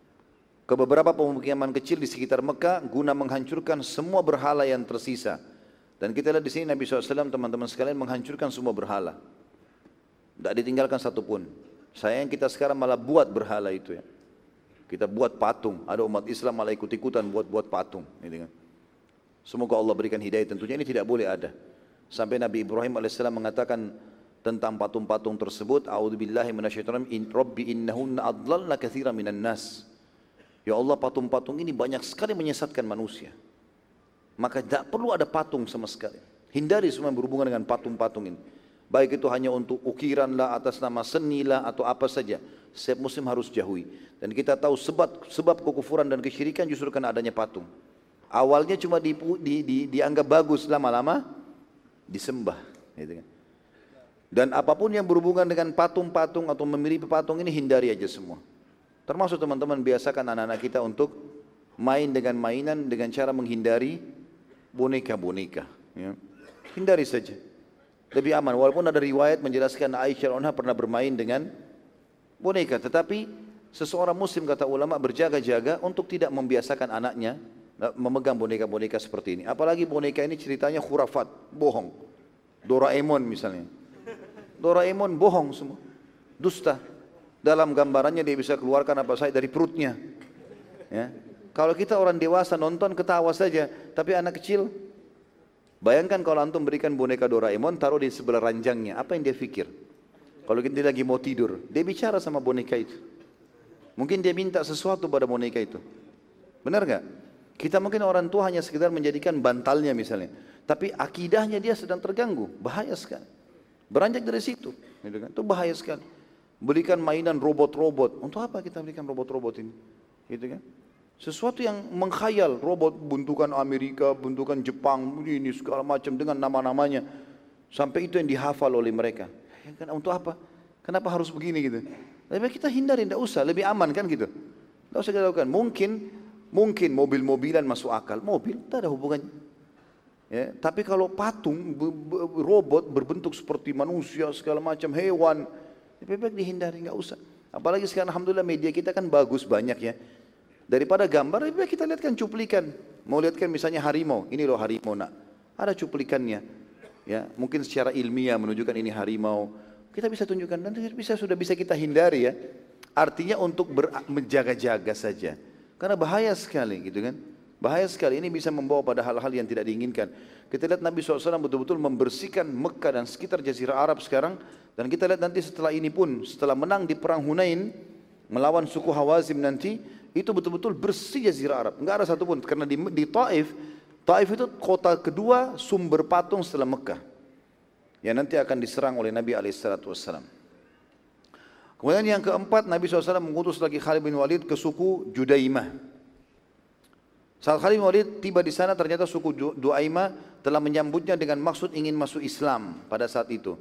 ke beberapa pemukiman kecil di sekitar Mekah guna menghancurkan semua berhala yang tersisa. Dan kita lihat di sini Nabi shallallahu alaihi wasallam, teman-teman sekalian, menghancurkan semua berhala. Tidak ditinggalkan satupun. Sayang kita sekarang malah buat berhala itu ya. Kita buat patung, ada umat Islam malah ikut-ikutan buat-buat patung gitu kan. Semoga Allah berikan hidayah, tentunya ini tidak boleh ada. Sampai Nabi Ibrahim alaihissalam mengatakan tentang patung-patung tersebut, a'udzubillahi minasyaitonir rajim, rabbi innahunna adlalna katsiran minan nas. Ya Allah, patung-patung ini banyak sekali menyesatkan manusia. Maka tidak perlu ada patung sama sekali. Hindari semua yang berhubungan dengan patung-patung ini. Baik itu hanya untuk ukiran lah, atas nama seni lah, atau apa saja. Setiap muslim harus jauhi. Dan kita tahu sebab sebab kekufuran dan kesyirikan justru karena adanya patung. Awalnya cuma di, di, di, dianggap bagus, lama-lama disembah. Gitu kan. Dan apapun yang berhubungan dengan patung-patung atau memiliki patung ini, hindari aja semua. Termasuk teman-teman biasakan anak-anak kita untuk main dengan mainan dengan cara menghindari boneka-boneka. Ya. Hindari saja. Lebih aman. Walaupun ada riwayat menjelaskan Aisyah radhiyallahu anha pernah bermain dengan boneka. Tetapi seseorang muslim, kata ulama, berjaga-jaga untuk tidak membiasakan anaknya memegang boneka-boneka seperti ini. Apalagi boneka ini ceritanya khurafat, bohong. Doraemon misalnya. Doraemon bohong semua. Dusta. Dalam gambarannya dia bisa keluarkan apa saja dari perutnya. Ya. Kalau kita orang dewasa nonton ketawa saja, tapi anak kecil, bayangkan kalau antum berikan boneka Doraemon, taruh di sebelah ranjangnya, apa yang dia pikir? Kalau dia lagi mau tidur, dia bicara sama boneka itu. Mungkin dia minta sesuatu pada boneka itu. Benar gak? Kita mungkin orang tua hanya sekedar menjadikan bantalnya misalnya, tapi akidahnya dia sedang terganggu, bahaya sekali. Beranjak dari situ, gitu kan? Itu bahaya sekali. Berikan mainan robot-robot, untuk apa kita berikan robot-robot ini? Gitu kan? Sesuatu yang mengkhayal, robot bentukan Amerika, bentukan Jepang, ini segala macam dengan nama-namanya, sampai itu yang dihafal oleh mereka. Ya kan, untuk apa? Kenapa harus begini gitu? Lebih kita hindari, tidak usah, lebih aman kan gitu. Tidak usah kita lakukan. Mungkin Mungkin mobil-mobilan masuk akal, mobil tak ada hubungannya. Ya, tapi kalau patung, be, be, robot berbentuk seperti manusia, segala macam hewan, lebih baik dihindari, nggak usah. Apalagi sekarang alhamdulillah media kita kan bagus banyak ya. Daripada gambar, lebih baik kita lihatkan cuplikan. Mau lihatkan misalnya harimau, ini loh harimau nak, ada cuplikannya. Ya, mungkin secara ilmiah menunjukkan ini harimau. Kita bisa tunjukkan, nanti bisa sudah bisa kita hindari ya. Artinya untuk ber, menjaga-jaga saja. Karena bahaya sekali gitu kan. Bahaya sekali, ini bisa membawa pada hal-hal yang tidak diinginkan. Kita lihat Nabi shallallahu alaihi wasallam betul-betul membersihkan Mekah dan sekitar Jazirah Arab sekarang. Dan kita lihat nanti setelah ini pun, setelah menang di perang Hunain, melawan suku Hawazim nanti, itu betul-betul bersih Jazirah Arab. Enggak ada satupun, karena di, di Taif, Taif itu kota kedua sumber patung setelah Mekah. Yang nanti akan diserang oleh Nabi shallallahu alaihi wasallam. Kemudian yang keempat, Nabi shallallahu alaihi wasallam mengutus lagi Khalid bin Walid ke suku Judaimah. Saat Khalid bin Walid tiba di sana, ternyata suku Duaimah telah menyambutnya dengan maksud ingin masuk Islam pada saat itu.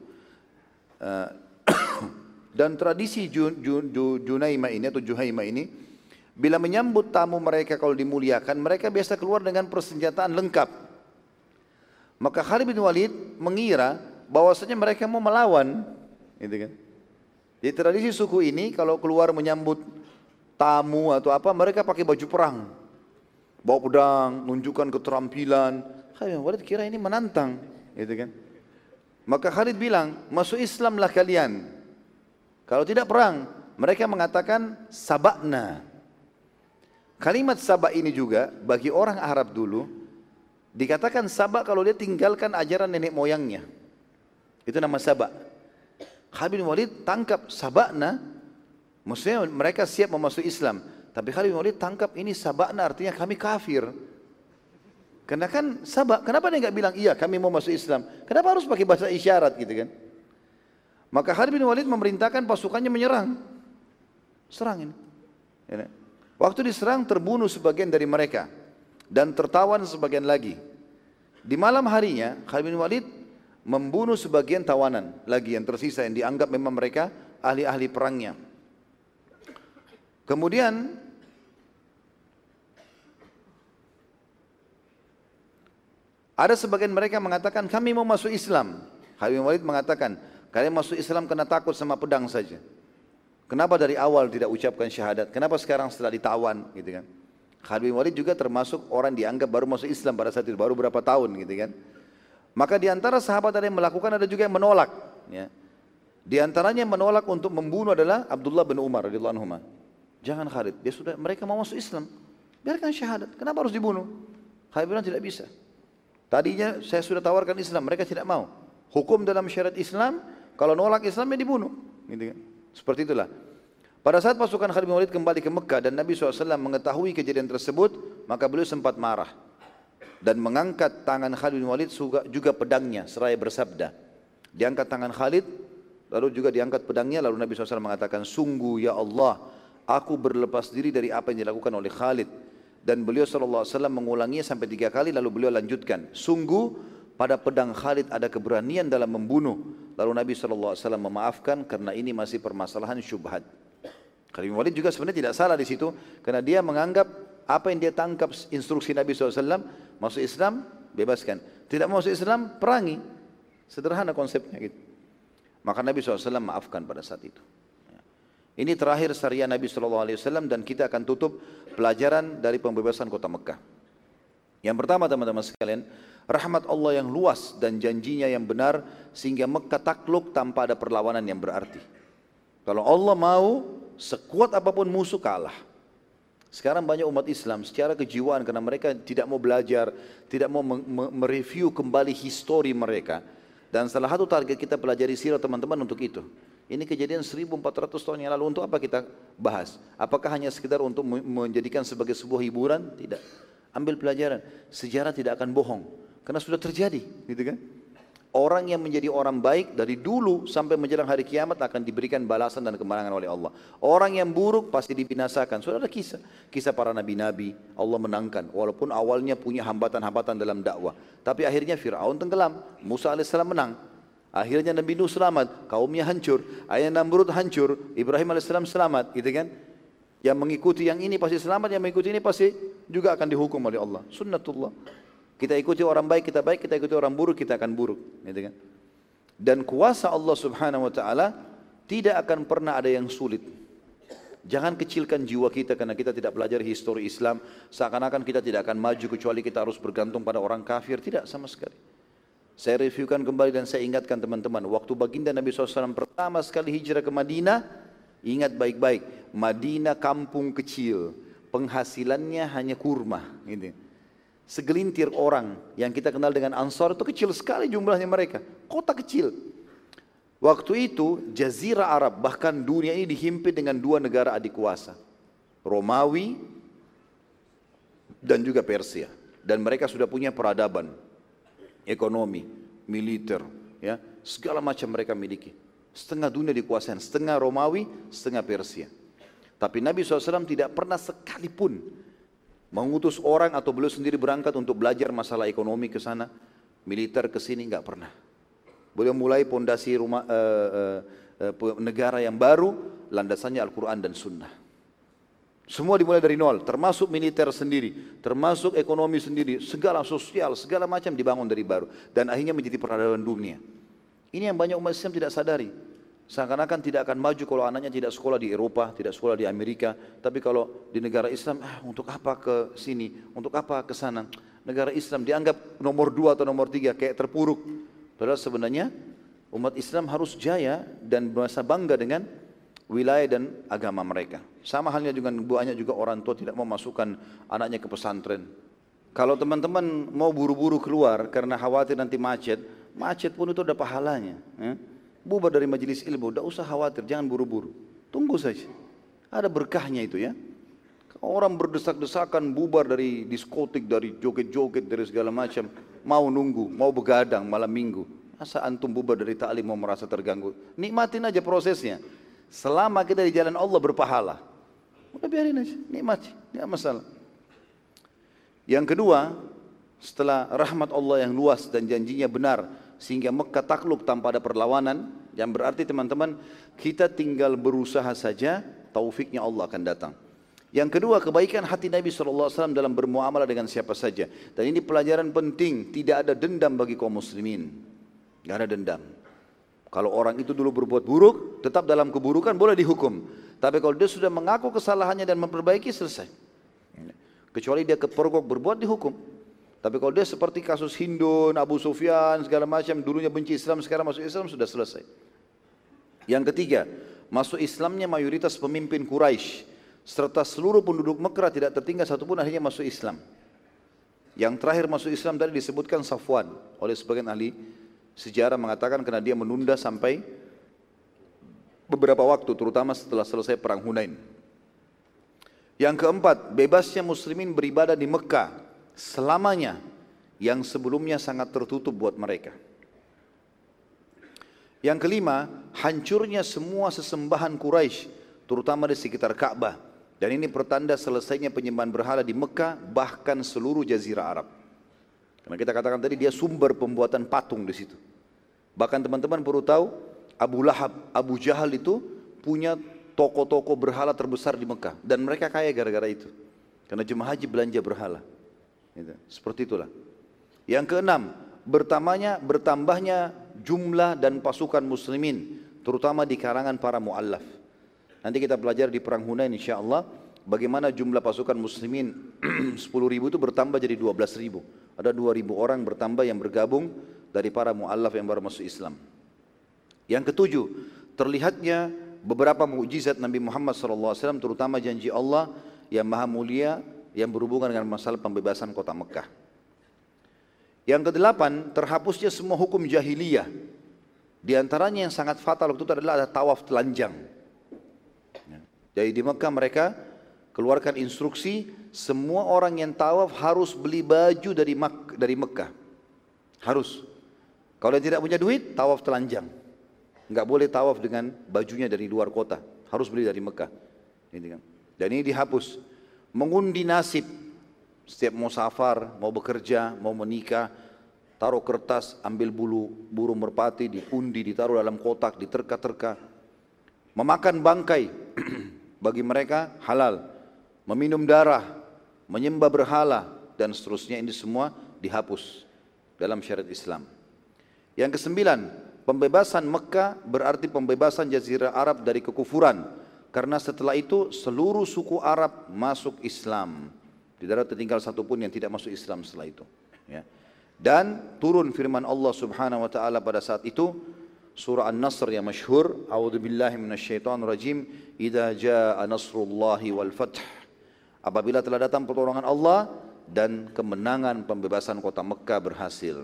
Dan tradisi Junaimah ini atau Juhaimah ini, bila menyambut tamu mereka kalau dimuliakan, mereka biasa keluar dengan persenjataan lengkap. Maka Khalid bin Walid mengira bahwasanya mereka mau melawan, gitu kan? Jadi tradisi suku ini kalau keluar menyambut tamu atau apa, mereka pakai baju perang. Bawa pedang, nunjukkan keterampilan. Khalid bin Walid kira ini menantang, gitu kan? Maka Khalid bilang, masuk Islamlah kalian. Kalau tidak perang, mereka mengatakan sabakna. Kalimat sabak ini juga bagi orang Arab dulu dikatakan sabak kalau dia tinggalkan ajaran nenek moyangnya. Itu nama sabak. Khalid bin Walid tangkap sabakna, maksudnya mereka siap memasuki Islam. Tapi Khalid bin Walid tangkap ini sabakna artinya kami kafir. Karena kan sabak, kenapa dia enggak bilang iya kami mau masuk Islam? Kenapa harus pakai bahasa isyarat gitu kan? Maka Khalid bin Walid memerintahkan pasukannya menyerang. Serang ini. Waktu diserang terbunuh sebagian dari mereka dan tertawan sebagian lagi. Di malam harinya Khalid bin Walid membunuh sebagian tawanan lagi yang tersisa yang dianggap memang mereka ahli-ahli perangnya. Kemudian ada sebagian mereka mengatakan kami mau masuk Islam. Khalid bin Walid mengatakan kalian masuk Islam kena takut sama pedang saja. Kenapa dari awal tidak ucapkan syahadat? Kenapa sekarang setelah ditawan gitu kan? Khalid bin Walid juga termasuk orang dianggap baru masuk Islam pada saat itu, baru berapa tahun gitu kan? Maka di antara sahabat ada yang melakukan, ada juga yang menolak. Ya. Di antaranya yang menolak untuk membunuh adalah Abdullah bin Umar radhiyallahu anhu. Jangan Khalid, dia sudah mereka mau masuk Islam, biarkan syahadat. Kenapa harus dibunuh? Khalid bilang tidak bisa. Tadinya saya sudah tawarkan Islam, mereka tidak mau. Hukum dalam syariat Islam, kalau nolak Islam ya dibunuh. Gitu kan? Seperti itulah. Pada saat pasukan Khalid bin Walid kembali ke Mekah dan Nabi shallallahu alaihi wasallam mengetahui kejadian tersebut, maka beliau sempat marah. Dan mengangkat tangan Khalid bin Walid juga pedangnya seraya bersabda. Diangkat tangan Khalid, lalu juga diangkat pedangnya, lalu Nabi shallallahu alaihi wasallam mengatakan, sungguh ya Allah, aku berlepas diri dari apa yang dilakukan oleh Khalid. Dan beliau shallallahu alaihi wasallam mengulanginya sampai tiga kali, lalu beliau lanjutkan, sungguh pada pedang Khalid ada keberanian dalam membunuh. Lalu Nabi shallallahu alaihi wasallam memaafkan karena ini masih permasalahan syubhat. Khalid bin Walid juga sebenarnya tidak salah di situ, karena dia menganggap apa yang dia tangkap instruksi Nabi shallallahu alaihi wasallam, masuk Islam bebaskan, tidak masuk Islam perangi. Sederhana konsepnya gitu. Maka Nabi shallallahu alaihi wasallam maafkan pada saat itu. Ini terakhir syariat Nabi shallallahu alaihi wasallam dan kita akan tutup pelajaran dari pembebasan kota Mekah. Yang pertama teman-teman sekalian, rahmat Allah yang luas dan janjinya yang benar sehingga Mekah takluk tanpa ada perlawanan yang berarti. Kalau Allah mau, sekuat apapun musuh kalah. Sekarang banyak umat Islam secara kejiwaan karena mereka tidak mau belajar, tidak mau mereview kembali histori mereka. Dan salah satu target kita pelajari sirah teman-teman untuk itu. Ini kejadian seribu empat ratus tahun yang lalu, untuk apa kita bahas? Apakah hanya sekedar untuk menjadikan sebagai sebuah hiburan? Tidak. Ambil pelajaran, sejarah tidak akan bohong. Karena sudah terjadi, gitu kan? Orang yang menjadi orang baik dari dulu sampai menjelang hari kiamat akan diberikan balasan dan kemenangan oleh Allah. Orang yang buruk pasti dibinasakan. Sudah ada kisah. Kisah para nabi-nabi, Allah menangkan. Walaupun awalnya punya hambatan-hambatan dalam dakwah. Tapi akhirnya Fir'aun tenggelam. Musa alaihissalam menang. Akhirnya Nabi Nuh selamat. Kaumnya hancur. Ayah Namrud hancur. Ibrahim alaihissalam selamat. Gitu kan? Yang mengikuti yang ini pasti selamat. Yang mengikuti ini pasti juga akan dihukum oleh Allah. Sunnatullah. Kita ikuti orang baik, kita baik, kita ikuti orang buruk, kita akan buruk. Gitu kan? Dan kuasa Allah subhanahu wa ta'ala tidak akan pernah ada yang sulit. Jangan kecilkan jiwa kita karena kita tidak belajar histori Islam. Seakan-akan kita tidak akan maju kecuali kita harus bergantung pada orang kafir. Tidak sama sekali. Saya reviewkan kembali dan saya ingatkan teman-teman. Waktu baginda Nabi shallallahu alaihi wasallam pertama sekali hijrah ke Madinah. Ingat baik-baik. Madinah kampung kecil. Penghasilannya hanya kurma. Gitu. Segelintir orang yang kita kenal dengan Ansar itu kecil sekali jumlahnya mereka. Kota kecil. Waktu itu Jazirah Arab bahkan dunia ini dihimpit dengan dua negara adik kuasa. Romawi dan juga Persia. Dan mereka sudah punya peradaban, ekonomi, militer, ya, segala macam mereka miliki. Setengah dunia dikuasai, setengah Romawi, setengah Persia. Tapi Nabi shallallahu alaihi wasallam tidak pernah sekalipun mengutus orang atau beliau sendiri berangkat untuk belajar masalah ekonomi ke sana, militer ke sini, enggak pernah. Beliau mulai pondasi rumah uh, uh, uh, negara yang baru, landasannya Al-Quran dan Sunnah. Semua dimulai dari nol, termasuk militer sendiri, termasuk ekonomi sendiri, segala sosial, segala macam dibangun dari baru. Dan akhirnya menjadi peradaban dunia. Ini yang banyak umat Islam tidak sadari. Seakan-akan tidak akan maju kalau anaknya tidak sekolah di Eropa, tidak sekolah di Amerika. Tapi kalau di negara Islam, ah, untuk apa ke sini, untuk apa ke sana. Negara Islam dianggap nomor dua atau nomor tiga, kayak terpuruk. Padahal sebenarnya umat Islam harus jaya dan merasa bangga dengan wilayah dan agama mereka. Sama halnya dengan banyak juga orang tua tidak mau masukkan anaknya ke pesantren. Kalau teman-teman mau buru-buru keluar karena khawatir nanti macet, macet pun itu ada pahalanya. Ya. Bubar dari majelis ilmu, tidak usah khawatir, jangan buru-buru. Tunggu saja. Ada berkahnya itu ya. Orang berdesak-desakan bubar dari diskotik, dari joget-joget, dari segala macam. Mau nunggu, mau begadang malam minggu. Masa antum bubar dari ta'lim mau merasa terganggu? Nikmatin aja prosesnya. Selama kita di jalan Allah berpahala. Udah biarin aja, nikmati, tidak masalah. Yang kedua, setelah rahmat Allah yang luas dan janjinya benar, sehingga Mekah takluk tanpa ada perlawanan, yang berarti teman-teman kita tinggal berusaha saja, taufiknya Allah akan datang. Yang kedua, kebaikan hati Nabi shallallahu alaihi wasallam dalam bermuamalah dengan siapa saja. Dan ini pelajaran penting, tidak ada dendam bagi kaum muslimin. Tidak ada dendam. Kalau orang itu dulu berbuat buruk, tetap dalam keburukan boleh dihukum. Tapi kalau dia sudah mengaku kesalahannya dan memperbaiki, selesai. Kecuali dia kepergok berbuat, dihukum. Tapi kalau dia seperti kasus Hindun, Abu Sufyan, segala macam, dulunya benci Islam, sekarang masuk Islam, sudah selesai. Yang ketiga, masuk Islamnya mayoritas pemimpin Quraisy serta seluruh penduduk Mekah tidak tertinggal satupun akhirnya masuk Islam. Yang terakhir masuk Islam tadi disebutkan Safwan oleh sebagian ahli sejarah mengatakan karena dia menunda sampai beberapa waktu, terutama setelah selesai perang Hunain. Yang keempat, bebasnya muslimin beribadah di Mekah selamanya yang sebelumnya sangat tertutup buat mereka. Yang kelima, hancurnya semua sesembahan Quraisy, terutama di sekitar Ka'bah. Dan ini pertanda selesainya penyembahan berhala di Mekah, bahkan seluruh Jazirah Arab. Karena kita katakan tadi dia sumber pembuatan patung di situ. Bahkan teman-teman perlu tahu, Abu Lahab, Abu Jahal itu punya toko-toko berhala terbesar di Mekah. Dan mereka kaya gara-gara itu. Karena jemaah haji belanja berhala. Seperti itulah. Yang keenam, bertambahnya bertambahnya jumlah dan pasukan muslimin, terutama di kalangan para mu'allaf. Nanti kita belajar di perang Hunain insyaallah bagaimana jumlah pasukan muslimin sepuluh ribu itu bertambah jadi dua belas ribu. Ada dua ribu orang bertambah yang bergabung dari para mu'allaf yang baru masuk Islam. Yang ketujuh, terlihatnya beberapa mukjizat Nabi Muhammad shallallahu alaihi wasallam, terutama janji Allah yang maha mulia yang berhubungan dengan masalah pembebasan kota Mekah. Yang kedelapan, terhapusnya semua hukum jahiliyah. Di antaranya yang sangat fatal waktu itu adalah ada tawaf telanjang. Jadi di Mekah mereka keluarkan instruksi semua orang yang tawaf harus beli baju dari Mek dari Mekah. Harus. Kalau dia tidak punya duit, tawaf telanjang. Enggak boleh tawaf dengan bajunya dari luar kota. Harus beli dari Mekah. Dan ini dihapus. Mengundi nasib, setiap mau safar, mau bekerja, mau menikah, taruh kertas, ambil bulu burung merpati, diundi, ditaruh dalam kotak, diterka-terka. Memakan bangkai, bagi mereka halal. Meminum darah, menyembah berhala, dan seterusnya, ini semua dihapus dalam syariat Islam. Yang kesembilan, pembebasan Mekah berarti pembebasan Jazirah Arab dari kekufuran. Karena setelah itu seluruh suku Arab masuk Islam. Tidak ada tertinggal satupun yang tidak masuk Islam setelah itu. Ya. Dan turun firman Allah Subhanahu wa taala pada saat itu, surah An-Nasr yang masyhur, a'udzubillahi minasyaitonirrajim, idza jaa nasrullahi wal fath. Apabila telah datang pertolongan Allah dan kemenangan pembebasan kota Mekah berhasil.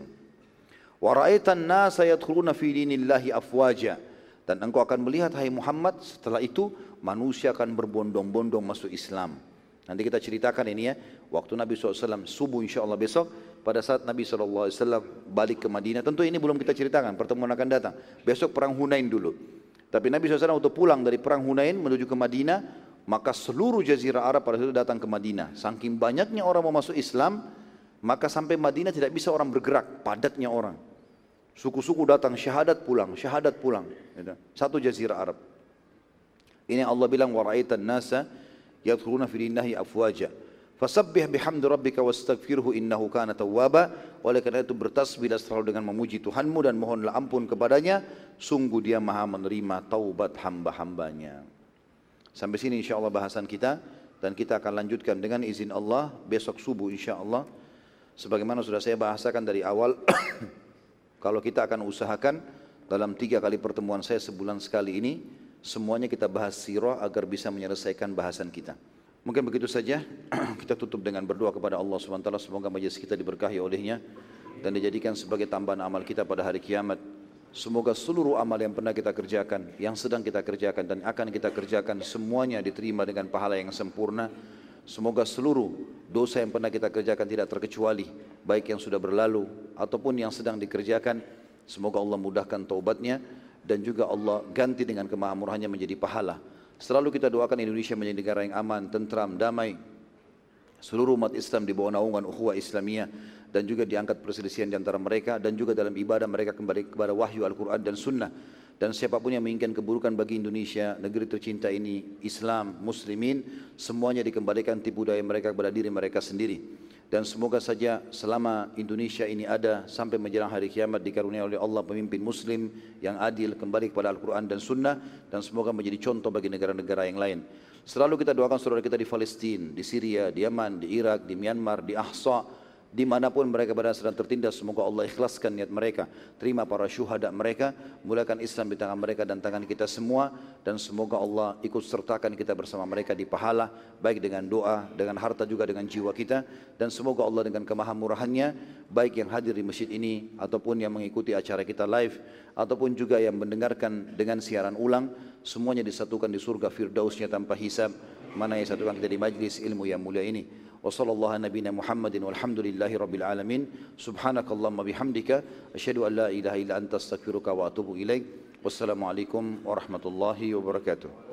Wa ra'aitan nasa yadkhuluna fi dinillahi afwaja. Dan engkau akan melihat, hai Muhammad, setelah itu manusia akan berbondong-bondong masuk Islam. Nanti kita ceritakan ini ya, waktu Nabi shallallahu alaihi wasallam subuh insya Allah besok, pada saat Nabi shallallahu alaihi wasallam balik ke Madinah, tentu ini belum kita ceritakan, pertemuan akan datang. Besok perang Hunain dulu. Tapi Nabi shallallahu alaihi wasallam waktu pulang dari perang Hunain menuju ke Madinah, maka seluruh Jazirah Arab pada itu datang ke Madinah. Saking banyaknya orang mau masuk Islam, maka sampai Madinah tidak bisa orang bergerak, padatnya orang. Suku-suku datang, syahadat pulang, syahadat pulang. Satu Jazirah Arab. Ini Allah bilang, wa ra'aitan nasa yadkhuluna fi dinillahi afwaja. Fasabbih bihamdi rabbika wastaghfirhu innahu kana tawwaba. Oleh karena itu bertasbihlah selalu dengan memuji Tuhanmu dan mohonlah ampun kepadanya, sungguh Dia Maha menerima taubat hamba-hambanya. Sampai sini insyaallah bahasan kita, dan kita akan lanjutkan dengan izin Allah besok subuh insyaallah. Sebagaimana sudah saya bahasakan dari awal, kalau kita akan usahakan dalam tiga kali pertemuan saya sebulan sekali ini, semuanya kita bahas sirah agar bisa menyelesaikan bahasan kita. Mungkin begitu saja. Kita tutup dengan berdoa kepada Allah subhanahu wa taala, semoga majelis kita diberkahi olehnya dan dijadikan sebagai tambahan amal kita pada hari kiamat. Semoga seluruh amal yang pernah kita kerjakan, yang sedang kita kerjakan dan akan kita kerjakan, semuanya diterima dengan pahala yang sempurna. Semoga seluruh dosa yang pernah kita kerjakan tidak terkecuali, baik yang sudah berlalu ataupun yang sedang dikerjakan. Semoga Allah mudahkan taubatnya dan juga Allah ganti dengan kemahamurahannya menjadi pahala. Selalu kita doakan Indonesia menjadi negara yang aman, tentram, damai. Seluruh umat Islam di bawah naungan ukhuwah Islamiyah, dan juga diangkat perselisihan di antara mereka, dan juga dalam ibadah mereka kembali kepada wahyu Al-Quran dan Sunnah. Dan siapapun yang menginginkan keburukan bagi Indonesia, negeri tercinta ini, Islam, Muslimin, semuanya dikembalikan tipu daya mereka kepada diri mereka sendiri. Dan semoga saja selama Indonesia ini ada sampai menjelang hari kiamat dikaruniai oleh Allah pemimpin Muslim yang adil, kembali kepada Al-Quran dan Sunnah, dan semoga menjadi contoh bagi negara-negara yang lain. Selalu kita doakan saudara kita di Palestina, di Syria, di Yaman, di Irak, di Myanmar, di Ahsa, dimanapun mereka berada sedang tertindas, semoga Allah ikhlaskan niat mereka, terima para syuhada mereka, mulakan Islam di tangan mereka dan tangan kita semua, dan semoga Allah ikut sertakan kita bersama mereka di pahala, baik dengan doa, dengan harta juga dengan jiwa kita, dan semoga Allah dengan kemahamurahannya, baik yang hadir di masjid ini ataupun yang mengikuti acara kita live ataupun juga yang mendengarkan dengan siaran ulang, semuanya disatukan di surga firdausnya tanpa hisab, mana yang satukan kita di majlis ilmu yang mulia ini. وصلى الله على نبينا محمد والحمد لله رب العالمين سبحانك اللهم بحمدك أشهد أن لا إله إلا أنت أستغفرك وأتوب إليك والسلام عليكم ورحمة الله وبركاته.